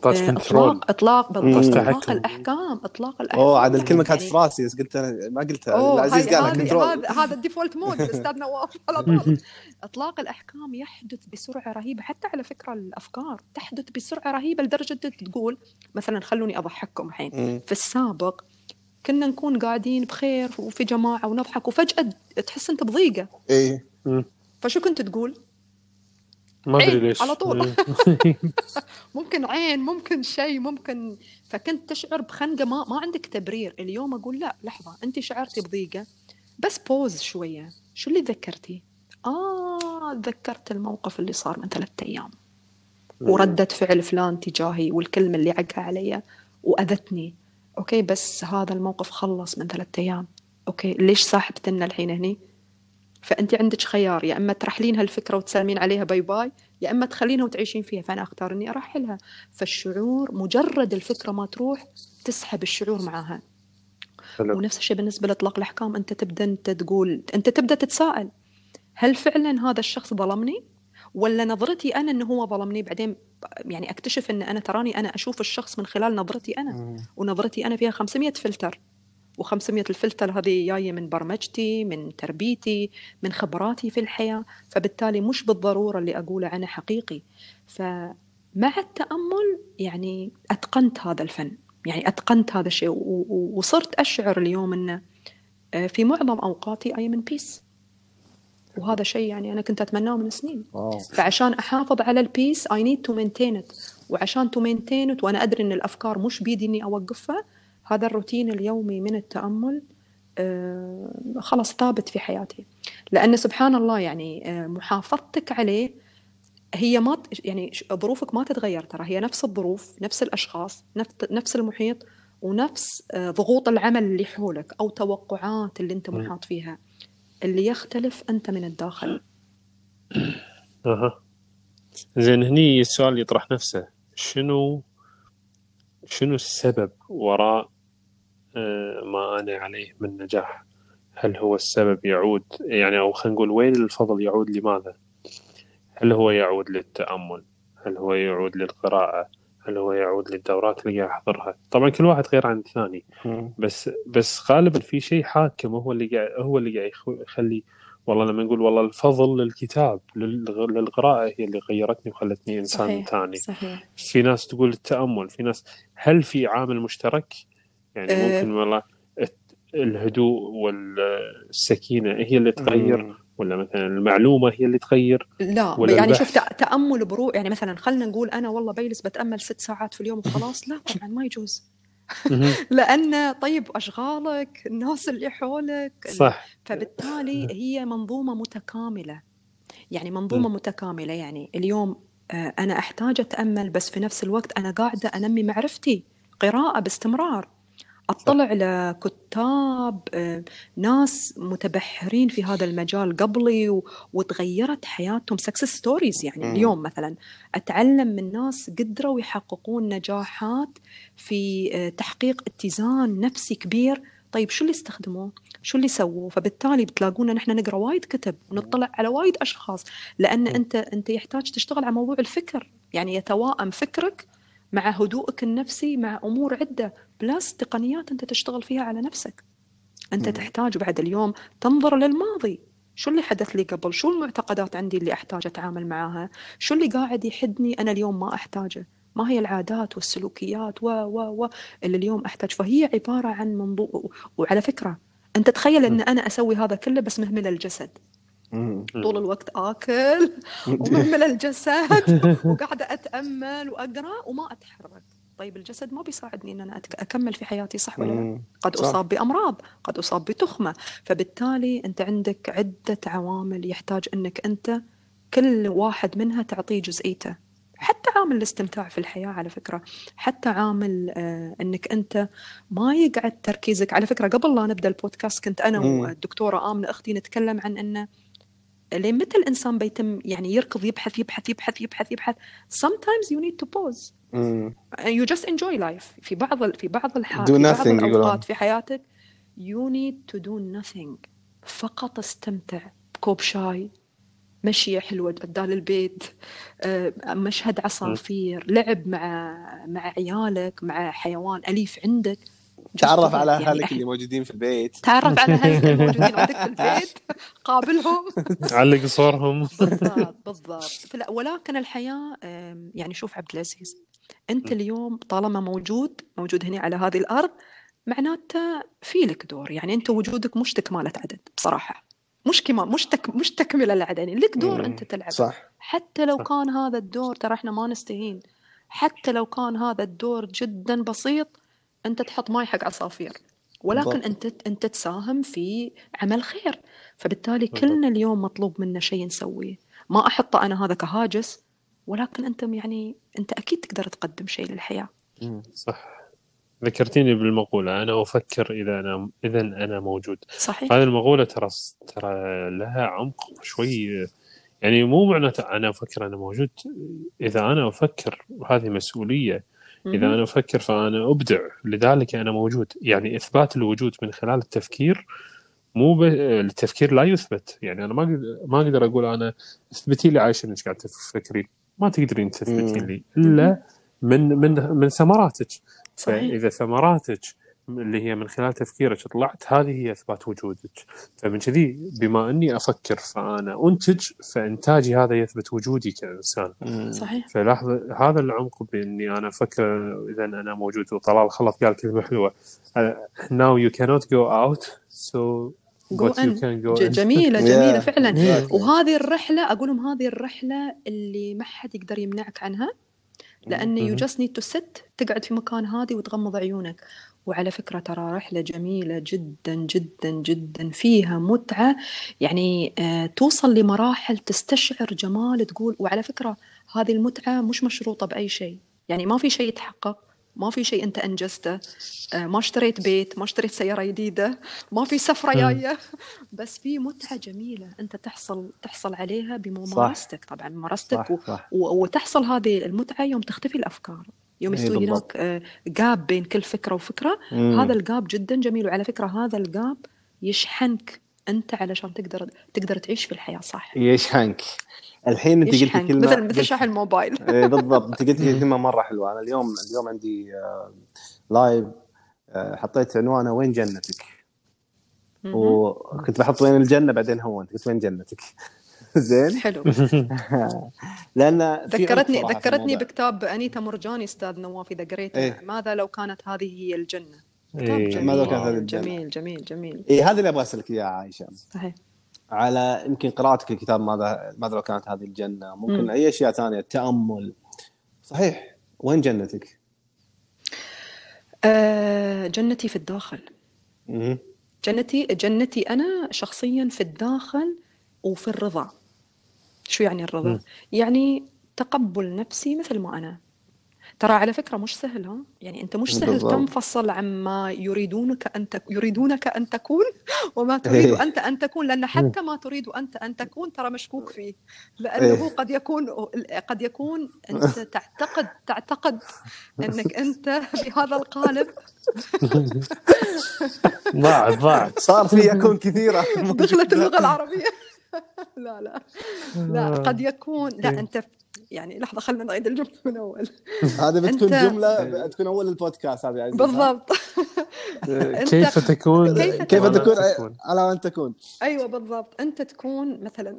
إطلاق الأحكام. عاد الكلمة كانت في راسي بس قلت أنا ما قلتها، العزيز قالها كنترول. هذا الديفولت مود الأستاذ نواف على طول. إطلاق الأحكام يحدث بسرعة رهيبة، حتى على فكرة الأفكار تحدث بسرعة رهيبة لدرجة تقول مثلا خلوني أضحككم الحين. في السابق كنا نكون قاعدين بخير وفي جماعة ونضحك، وفجأة تحس أنت بضيقة. فشو كنت تقول؟ ما أدري ليش على طول. ممكن عين، ممكن شيء، ممكن. فكنت تشعر بخنقة، ما عندك تبرير. اليوم أقول لا، لحظة، أنت شعرتي بضيقة، بس بوز شوية. شو اللي ذكرتي؟ ذكرت الموقف اللي صار من 3 أيام، وردة فعل فلان تجاهي، والكلمة اللي عقها علي وأذتني. أوكي، بس هذا الموقف خلص من 3 أيام. أوكي، ليش ساحبتنا الحين هني؟ فأنت عندك خيار، يا إما ترحلين هالفكرة وتسلمين عليها باي باي، يا إما تخلينها وتعيشين فيها. فأنا أختار إني أرحلها. فالشعور مجرد الفكرة ما تروح تسحب الشعور معها. ونفس الشيء بالنسبة لإطلاق الأحكام. أنت تبدأ تتساءل، هل فعلا هذا الشخص ظلمني، ولا نظرتي أنا أنه هو ظلمني؟ بعدين يعني أكتشف أن أنا تراني أنا أشوف الشخص من خلال نظرتي أنا، ونظرتي أنا فيها 500 فلتر، و500 الفلتر هذه جاية من برمجتي، من تربيتي، من خبراتي في الحياة. فبالتالي مش بالضرورة اللي أقوله أنا حقيقي. فمع التأمل يعني أتقنت هذا الفن، يعني أتقنت هذا الشيء، وصرت أشعر اليوم أنه في معظم أوقاتي I am in peace. وهذا شيء يعني أنا كنت أتمناه من سنين. فعشان أحافظ على البيس I need to maintain it. وعشان to maintain it وأنا أدري أن الأفكار مش بيدي أني أوقفها، هذا الروتين اليومي من التأمل خلاص ثابت في حياتي. لأن سبحان الله يعني محافظتك عليه هي يعني ظروفك ما تتغير، ترى هي نفس الظروف، نفس الأشخاص، نفس المحيط، ونفس ضغوط العمل اللي حولك أو توقعات اللي أنت محاط فيها. اللي يختلف أنت من الداخل. زين، هني السؤال يطرح نفسه، شنو السبب وراء ما أنا عليه من نجاح؟ هل هو السبب يعود يعني، أو خلينا نقول وين الفضل يعود لماذا؟ هل هو يعود للتأمل؟ هل هو يعود للقراءة؟ هل هو يعود للدورات اللي قاعد أحضرها؟ طبعا كل واحد غير عن الثاني، بس غالبا في شيء حاكم هو اللي قاعد يخلي. والله لما نقول والله الفضل للكتاب للقراءة هي اللي غيرتني وخلتني إنسان ثاني. صحيح. في ناس تقول التأمل، في ناس. هل في عامل مشترك؟ يعني ممكن والله الهدوء والسكينة هي اللي تغير، ولا مثلا المعلومة هي اللي تغير؟ لا يعني شوف، تأمل بروح يعني مثلا خلنا نقول أنا والله بيلس بتأمل 6 ساعات في اليوم وخلاص، لا طبعا ما يجوز. لأن طيب أشغالك، الناس اللي حولك، صح. فبالتالي هي منظومة متكاملة. يعني منظومة متكاملة. يعني اليوم أنا أحتاج أتأمل، بس في نفس الوقت أنا قاعدة أنمي معرفتي، قراءة باستمرار، أطلع لكتاب ناس متبحرين في هذا المجال قبلي وتغيرت حياتهم success stories. يعني اليوم مثلا أتعلم من ناس قدروا يحققون نجاحات في تحقيق اتزان نفسي كبير. طيب شو اللي استخدموه؟ شو اللي سووه؟ فبالتالي بتلاقونا نحن نقرأ وايد كتب ونطلع على وايد أشخاص، لأن أنت يحتاج تشتغل على موضوع الفكر. يعني يتواءم فكرك مع هدوءك النفسي مع أمور عدة بلس تقنيات أنت تشتغل فيها على نفسك. أنت تحتاج بعد اليوم تنظر للماضي، شو اللي حدث لي قبل، شو المعتقدات عندي اللي أحتاج أتعامل معها، شو اللي قاعد يحدني أنا اليوم ما أحتاجه، ما هي العادات والسلوكيات اللي اليوم أحتاج. فهي عبارة عن منظور. وعلى فكرة أنت تخيل أن أنا أسوي هذا كله بس مهمل الجسد، طول الوقت آكل ومهمل الجسد وقاعدة أتأمل وأقرأ وما أتحرك. طيب الجسد ما بيساعدني أن أنا أكمل في حياتي، صح ولا لا؟ قد أصاب بأمراض، قد أصاب بتخمة. فبالتالي أنت عندك عدة عوامل يحتاج أنك أنت كل واحد منها تعطيه جزئيته. حتى عامل الاستمتاع في الحياة على فكرة، حتى عامل أنك أنت ما يقعد تركيزك. على فكرة قبل لا نبدأ البودكاست كنت أنا والدكتورة آمنة أختي نتكلم عن أنه لين متى الإنسان بيتم يعني يركض يبحث يبحث يبحث يبحث يبحث. sometimes you need to pause. you just enjoy life. في بعض الحالات، في بعض الأوقات في حياتك you need to do nothing. فقط استمتع بكوب شاي، مشية حلوة بدال البيت، مشهد عصافير، لعب مع عيالك، مع حيوان أليف عندك. تعرف على أهلك اللي موجودين في البيت، تعرف على أهلك الموجودين عندك في البيت، قابلهم، علق صورهم. بالضبط. ولكن الحياة يعني شوف عبد العزيز، أنت اليوم طالما موجود هنا على هذه الأرض، معناته في لك دور. يعني أنت وجودك مش تكمالة عدد بصراحة، مش تكملة العدد، يعني لك دور أنت تلعب. صح. حتى لو كان هذا الدور، ترى إحنا ما نستهين، حتى لو كان هذا الدور جدا بسيط، أنت تحط ماي حق عصافير، ولكن أنت تساهم في عمل خير. فبالتالي كلنا اليوم مطلوب منا شيء نسويه، ما أحط أنا هذا كهاجس، ولكن أنت أكيد تقدر تقدم شيء للحياة. صح. ذكرتيني بالمقولة، أنا أفكر إذا أنا موجود. صحيح. هذه المقولة ترى لها عمق شوي. يعني مو معناته أنا أفكر أنا موجود. إذا أنا أفكر وهذه مسؤولية، إذا أنا أفكر فأنا أبدع، لذلك أنا موجود. يعني إثبات الوجود من خلال التفكير، مو التفكير لا يثبت. يعني أنا ما أقدر أقول أنا اثبتي لي عايشة إنك قاعد تفكرين، ما تقدرين تثبتين لي إلا من ثمراتك. فإذا ثمراتك اللي هي من خلال تفكيرك طلعت، هذه هي إثبات وجودك. فمن كذي بما أني أفكر فأنا أنتج، فإنتاجي هذا يثبت وجودي كإنسان. صحيح. فلاحظ هذا العمق بإني أنا أفكر إذا أنا موجود. وطلال خلط قال كلمة حلوة، now you cannot go out so but you can go in. جميلة فعلا. وهذه الرحلة أقولهم، هذه الرحلة اللي ما حد يقدر يمنعك عنها، لأن you just need to sit، تقعد في مكان هادي وتغمض عيونك. وعلى فكرة ترى رحلة جميلة جدا جدا جدا، فيها متعة. يعني توصل لمراحل تستشعر جمال، تقول. وعلى فكرة هذه المتعة مش مشروطة بأي شيء، يعني ما في شيء يتحقق ما في شيء أنت أنجزته، ما اشتريت بيت، ما اشتريت سيارة جديدة، ما في سفرة جاية، بس في متعة جميلة أنت تحصل عليها صح بممارستك. طبعا ممارستك صح وتحصل هذه المتعة يوم تختفي الأفكار، يوم اي يصير بالضبط. هناك جاب بين كل فكرة وفكرة. هذا الجاب جدا جميل، وعلى فكرة هذا الجاب يشحنك أنت علشان تقدر تعيش في الحياة صح. يشحنك. الحين انت قلتي يشحنك كلمه، مثل شحن الموبايل. إيه بالضبط، انت قلتي كلمه مره حلوه. انا اليوم عندي لايف، حطيت عنوانه وين جنتك، وكنت بحط وين الجنه بعدين هون قلت وين جنتك. زين. حلو. لان في عمق صراحه في ذكرتني الموضوع. بكتاب أنيتا مرجاني أستاذ نواف، إذا قريته، ايه ماذا لو كانت هذه هي الجنة. كتاب ماذا لو كانت هذه جميل الجنه. جميل جميل جميل. ايه هذا اللي ابغى اسالك اياه عائشه، صحيح. على يمكن قراءتك الكتاب ماذا لو كانت هذه الجنه، ممكن اي اشياء ثانيه، التامل. صحيح، وين جنتك؟ جنتي في الداخل. مم. جنتي أنا شخصيا في الداخل وفي الرضا. شو يعني الرضا؟ يعني تقبل نفسي مثل ما أنا. ترى على فكرة مش سهل، ها؟ يعني أنت مش سهل بالضبط. تنفصل عما يريدونك أن تكون وما تريد ايه أنت أن تكون، لأن حتى ما تريد أنت أن تكون ترى مشكوك فيه، لأنه ايه قد يكون أنت تعتقد أنك أنت بهذا القالب. ضاعت صار في يكون كثيره. دخلت اللغة العربية. لا قد يكون، لا أنت يعني لحظة خلنا نعيد الجملة من أول. هذا بتكون أنت جمله تكون اول البودكاست هذا يا عزيز. بالضبط. كيف تكون على أن تكون. أيوة بالضبط، أنت تكون مثلا.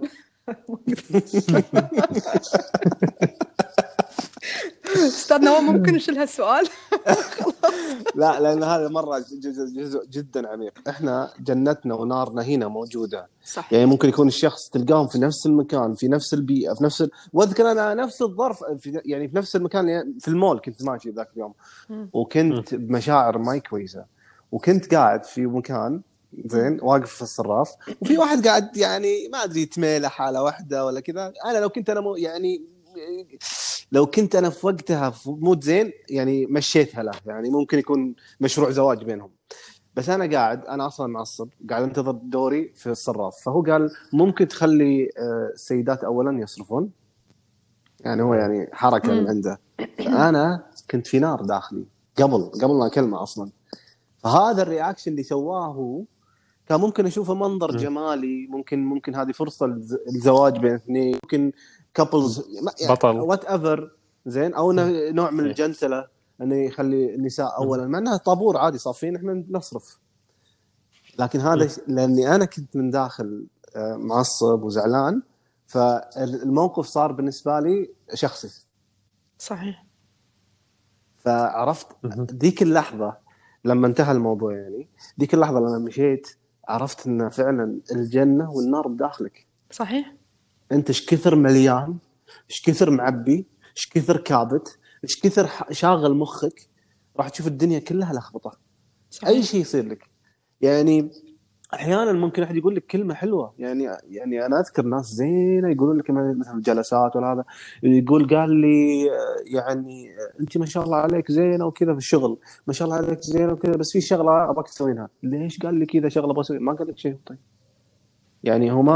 استاذ نواف ممكن نشيل هالسؤال؟ لا لأن هذا مرة جزء جدا عميق. إحنا جنتنا ونارنا هنا موجودة. صحيح. يعني ممكن يكون الشخص تلقاهم في نفس المكان، في نفس البيئة، في نفس واذكر أنا نفس الظرف يعني في نفس المكان. يعني في المول كنت ماشي ذاك اليوم وكنت بمشاعر ما كويسة، وكنت قاعد في مكان زين واقف في الصراف، وفي واحد قاعد يعني ما أدري يتميل حالة واحدة ولا كذا. أنا لو كنت أنا يعني لو كنت أنا في وقتها في مود زين يعني مشيتها له، يعني ممكن يكون مشروع زواج بينهم. بس أنا قاعد، أنا أصلاً معصب قاعد انتظر دوري في الصراف، فهو قال ممكن تخلي السيدات أولاً يصرفون، يعني هو يعني حركة من عنده. فأنا كنت في نار داخلي قبل ما أكلمه أصلاً. فهذا الرياكشن اللي سواه هو كان ممكن أشوفه منظر جمالي، ممكن هذه فرصة الزواج بين اثنين، ممكن كابلز بطل وات ايفر زين، او نوع من الجنتله انه يخلي النساء اولا، مع انها طابور عادي صافين احنا نصرف. لكن هذا لاني انا كنت من داخل معصب وزعلان، فالموقف صار بالنسبه لي شخصي. صحيح. فعرفت ذيك اللحظه لما انتهى الموضوع، يعني ذيك اللحظه لما مشيت عرفت ان فعلا الجنه والنار بداخلك. صحيح. انت ايش كثر مليان، ايش كثر معبي، ايش كثر كابت، ايش كثر شاغل مخك، راح تشوف الدنيا كلها لخبطه. اي شيء يصير لك. يعني احيانا ممكن احد يقول لك كلمه حلوه، يعني انا اذكر ناس زينه يقولون لك مثلا جلسات ولا هذا، قال لي يعني انت ما شاء الله عليك زينه وكذا في الشغل، ما شاء الله عليك زينه وكذا، بس في شغله ابغاك تسوينها. ليش قال لي كذا شغله ابغى اسويها؟ ما قال لك شيء. طيب يعني هو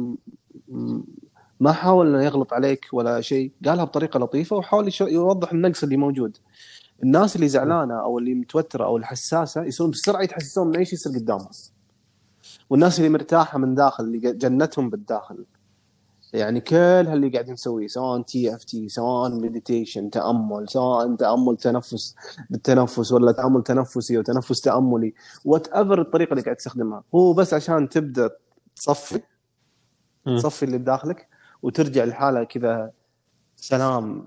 ما حاول انه يغلط عليك ولا شيء، قالها بطريقه لطيفه وحاول يوضح النقص اللي موجود. الناس اللي زعلانه او اللي متوتره او الحساسه يصيرون بسرعه يتحسسون من اي شيء يصير قدامهم. والناس اللي مرتاحه من داخل اللي جنتهم بالداخل، يعني كل اللي قاعدين نسويه سواء TFT، سواء مديتيشن تامل، سواء تامل تنفس بالتنفس ولا تامل تنفسي او تنفس تاملي، وات ايفر الطريقه اللي قاعد تستخدمها، هو بس عشان تبدا تصفي اللي بداخلك وترجع لحالة كذا سلام،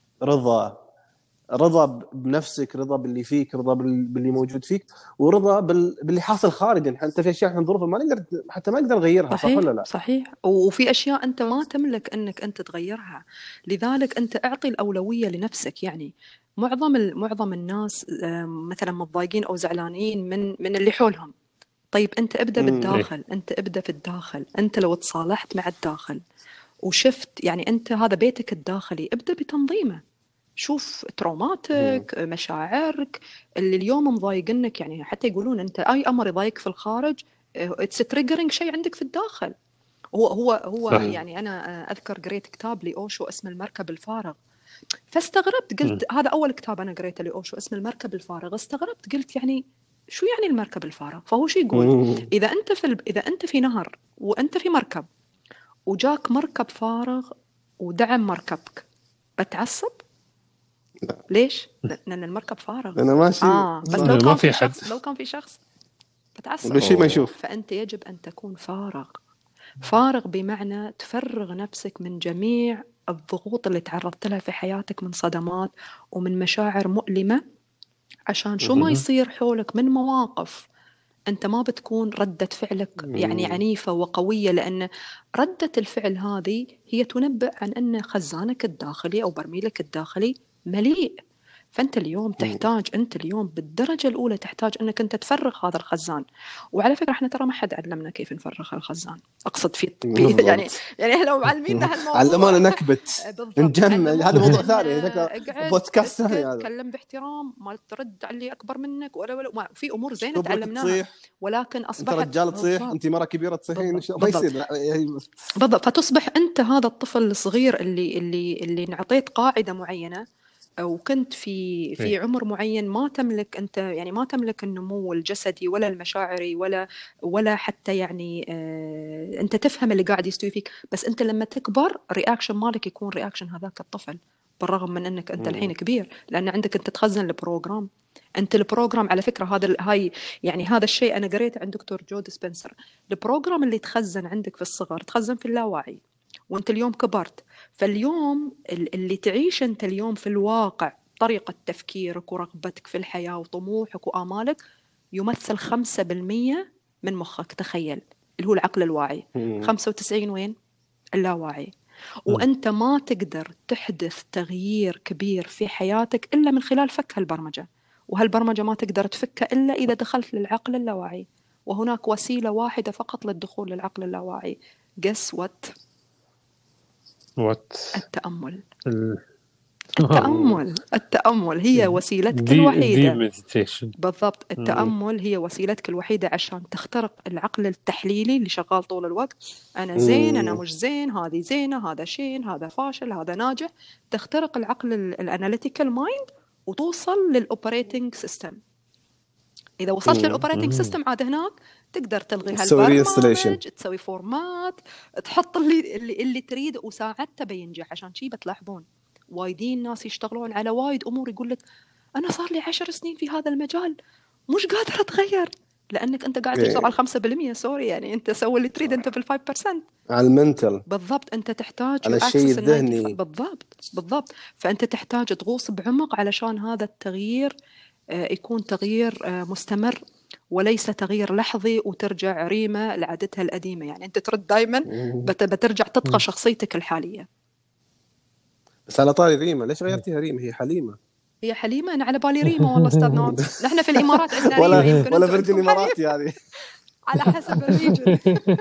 رضا بنفسك، رضا باللي فيك، رضا باللي موجود فيك، ورضا باللي حاصل خارجا. انت في اشياء احنا ظروف ما نقدر حتى ما نقدر نغيرها. صح ولا لا؟ صحيح. وفي اشياء انت ما تملك انك انت تغيرها، لذلك انت اعطي الاولويه لنفسك. يعني معظم الناس مثلا متضايقين او زعلانين من اللي حولهم. طيب انت ابدا بالداخل، انت ابدا في الداخل. انت لو تصالحت مع الداخل وشفت، يعني انت هذا بيتك الداخلي، ابدا بتنظيمه. شوف تروماتك، مشاعرك اللي اليوم مضايقنك. يعني حتى يقولون أنت أي أمر يضايق في الخارج it's triggering شيء عندك في الداخل. هو صح. يعني أنا أذكر قريت كتاب لأوشو اسمه المركب الفارغ، فاستغربت قلت هذا أول كتاب أنا قريته لأوشو اسمه المركب الفارغ. استغربت قلت يعني شو يعني المركب الفارغ؟ فهو شو يقول إذا أنت في نهر وأنت في مركب وجاك مركب فارغ ودعم مركبك، بتعصب؟ لا. ليش؟ لأن المركب فارغ. انا ماشي بس ما لو كان في في حد. شخص، بتعصب. بشي ما يشوف. فأنت يجب أن تكون فارغ بمعنى تفرغ نفسك من جميع الضغوط اللي تعرضت لها في حياتك من صدمات ومن مشاعر مؤلمة، عشان شو ما يصير حولك من مواقف أنت ما بتكون ردة فعلك يعني عنيفة وقوية، لأن ردة الفعل هذه هي تنبأ عن أن خزانك الداخلي أو برميلك الداخلي مليء. فأنت اليوم تحتاج، أنت اليوم بالدرجة الأولى تحتاج أنك أنت تفرغ هذا الخزان. وعلى فكرة إحنا ترى ما حد علمنا كيف نفرغ الخزان، أقصد في يعني لو معلمينا هالموضوع علمونا نكبت نجمع. هذا موضوع ثاني، بودكاست ثاني. هذا تكلم باحترام، ما ترد على اللي أكبر منك ولا في أمور زينة تعلمناها، ولكن أصبحت أنت رجال تصيح، أنت مرة كبيرة تصيحين، ما يصير بالضبط. فتصبح أنت هذا الطفل الصغير اللي نعطيت قاعدة معينة، أو كنت في عمر معين ما تملك أنت، يعني ما تملك النمو الجسدي ولا المشاعري ولا حتى يعني أنت تفهم اللي قاعد يستوي فيك. بس أنت لما تكبر رياكشن مالك يكون رياكشن هذاك الطفل، بالرغم من أنك أنت الحين كبير، لأن عندك أنت تخزن البروجرام. أنت البروجرام على فكرة هذا الشيء أنا قريته عند دكتور جو ديسبنسر. البروجرام اللي تخزن عندك في الصغر تخزن في اللاواعي، وانت اليوم كبرت. فاليوم اللي تعيش انت اليوم في الواقع، طريقة تفكيرك ورغبتك في الحياة وطموحك وآمالك يمثل 5% من مخك. تخيل، اللي هو العقل الواعي. 95 وين؟ اللاواعي. وانت ما تقدر تحدث تغيير كبير في حياتك إلا من خلال فك هالبرمجة، وهالبرمجة ما تقدر تفكها إلا إذا دخلت للعقل اللاواعي. وهناك وسيلة واحدة فقط للدخول للعقل اللاواعي. guess what؟ التأمل. التأمل هي وسيلتك الوحيدة. بالضبط، التأمل هي وسيلتك الوحيدة عشان تخترق العقل التحليلي اللي شغال طول الوقت. أنا زين، أنا مش زين، هذه زينة، هذا شين، هذا فاشل، هذا ناجح. تخترق العقل الاناليتيكال مايند وتوصل للأوبريتنج سيستم. إذا وصلت للأوبريتنج سيستم عاد هناك تقدر تلغي هالبرنامج، تسوي فورمات، تحط اللي تريد، وساعتها بينجح. عشان شي بتلاحظون وايدين ناس يشتغلون على وايد أمور يقول لك أنا صار لي 10 سنين في هذا المجال مش قادر أتغير، لأنك أنت قاعد تشتغل على 5%. سوري، يعني أنت سوي اللي تريد أنت في 5%. على المنتل بالضبط، أنت تحتاج على الشيء الذهني. بالضبط. فأنت تحتاج تغوص بعمق علشان هذا التغيير يكون تغيير مستمر، وليس تغيير لحظي وترجع ريمة لعادتها القديمة. يعني أنت ترد دايما بترجع تطغى شخصيتك الحالية. بس على طاري ريمة، ليش غيرتيها ريمة؟ هي حليمة. أنا على بالي ريمة والله أستاذ نواف. نحن في الإمارات عندنا ريمة، ولا فردين إماراتي هذه على حسب الريجن.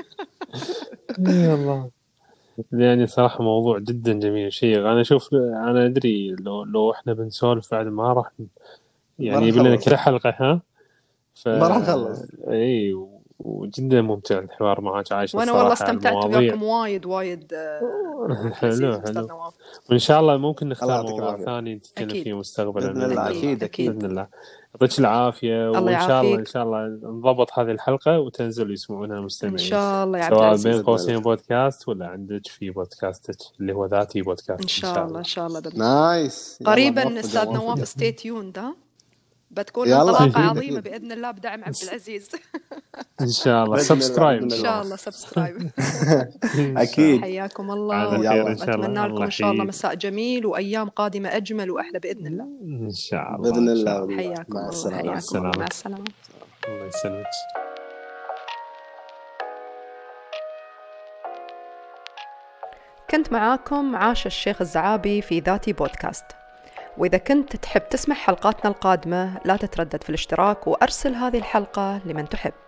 الله، يعني صراحة موضوع جدا جميل شيء. أنا أدري لو إحنا بنسولف بعد ما راح يعني يبلنا كل حلقة ما راح نخلص. اي، وجدا ممتع الحوار معك عايشة. وانا والله استمتعت وياكم وايد حلو. وان شاء الله ممكن نختار موضوع ثاني نتكلم فيه مستقبلا باذن الله. اكيد باذن الله. يعطيك العافيه، وان شاء الله نضبط هذه الحلقه وتنزل يسمعونها المستمعين ان شاء الله يا عبد العزيز، سواء بين قوسين بودكاست ولا عندك في بودكاستك اللي هو ذاتي بودكاست. ان شاء الله نايس. قريبا استاذ نواف ستي تيوند، بتكون انطلاقة عظيمة بإذن الله بدعم عبد العزيز. إن شاء الله. سبسكرايب إن شاء الله سبسكرايب. أكيد. حياكم الله، وأتمنى لكم إن شاء الله مساء جميل وأيام قادمة أجمل وأحلى بإذن الله. إن شاء الله. بإذن الله. حياكم الله. مع السلامة. الله يسلمك. كنت معاكم عاشة الشيخ الزعابي في ذاتي بودكاست. وإذا كنت تحب تسمع حلقاتنا القادمة لا تتردد في الاشتراك وأرسل هذه الحلقة لمن تحب.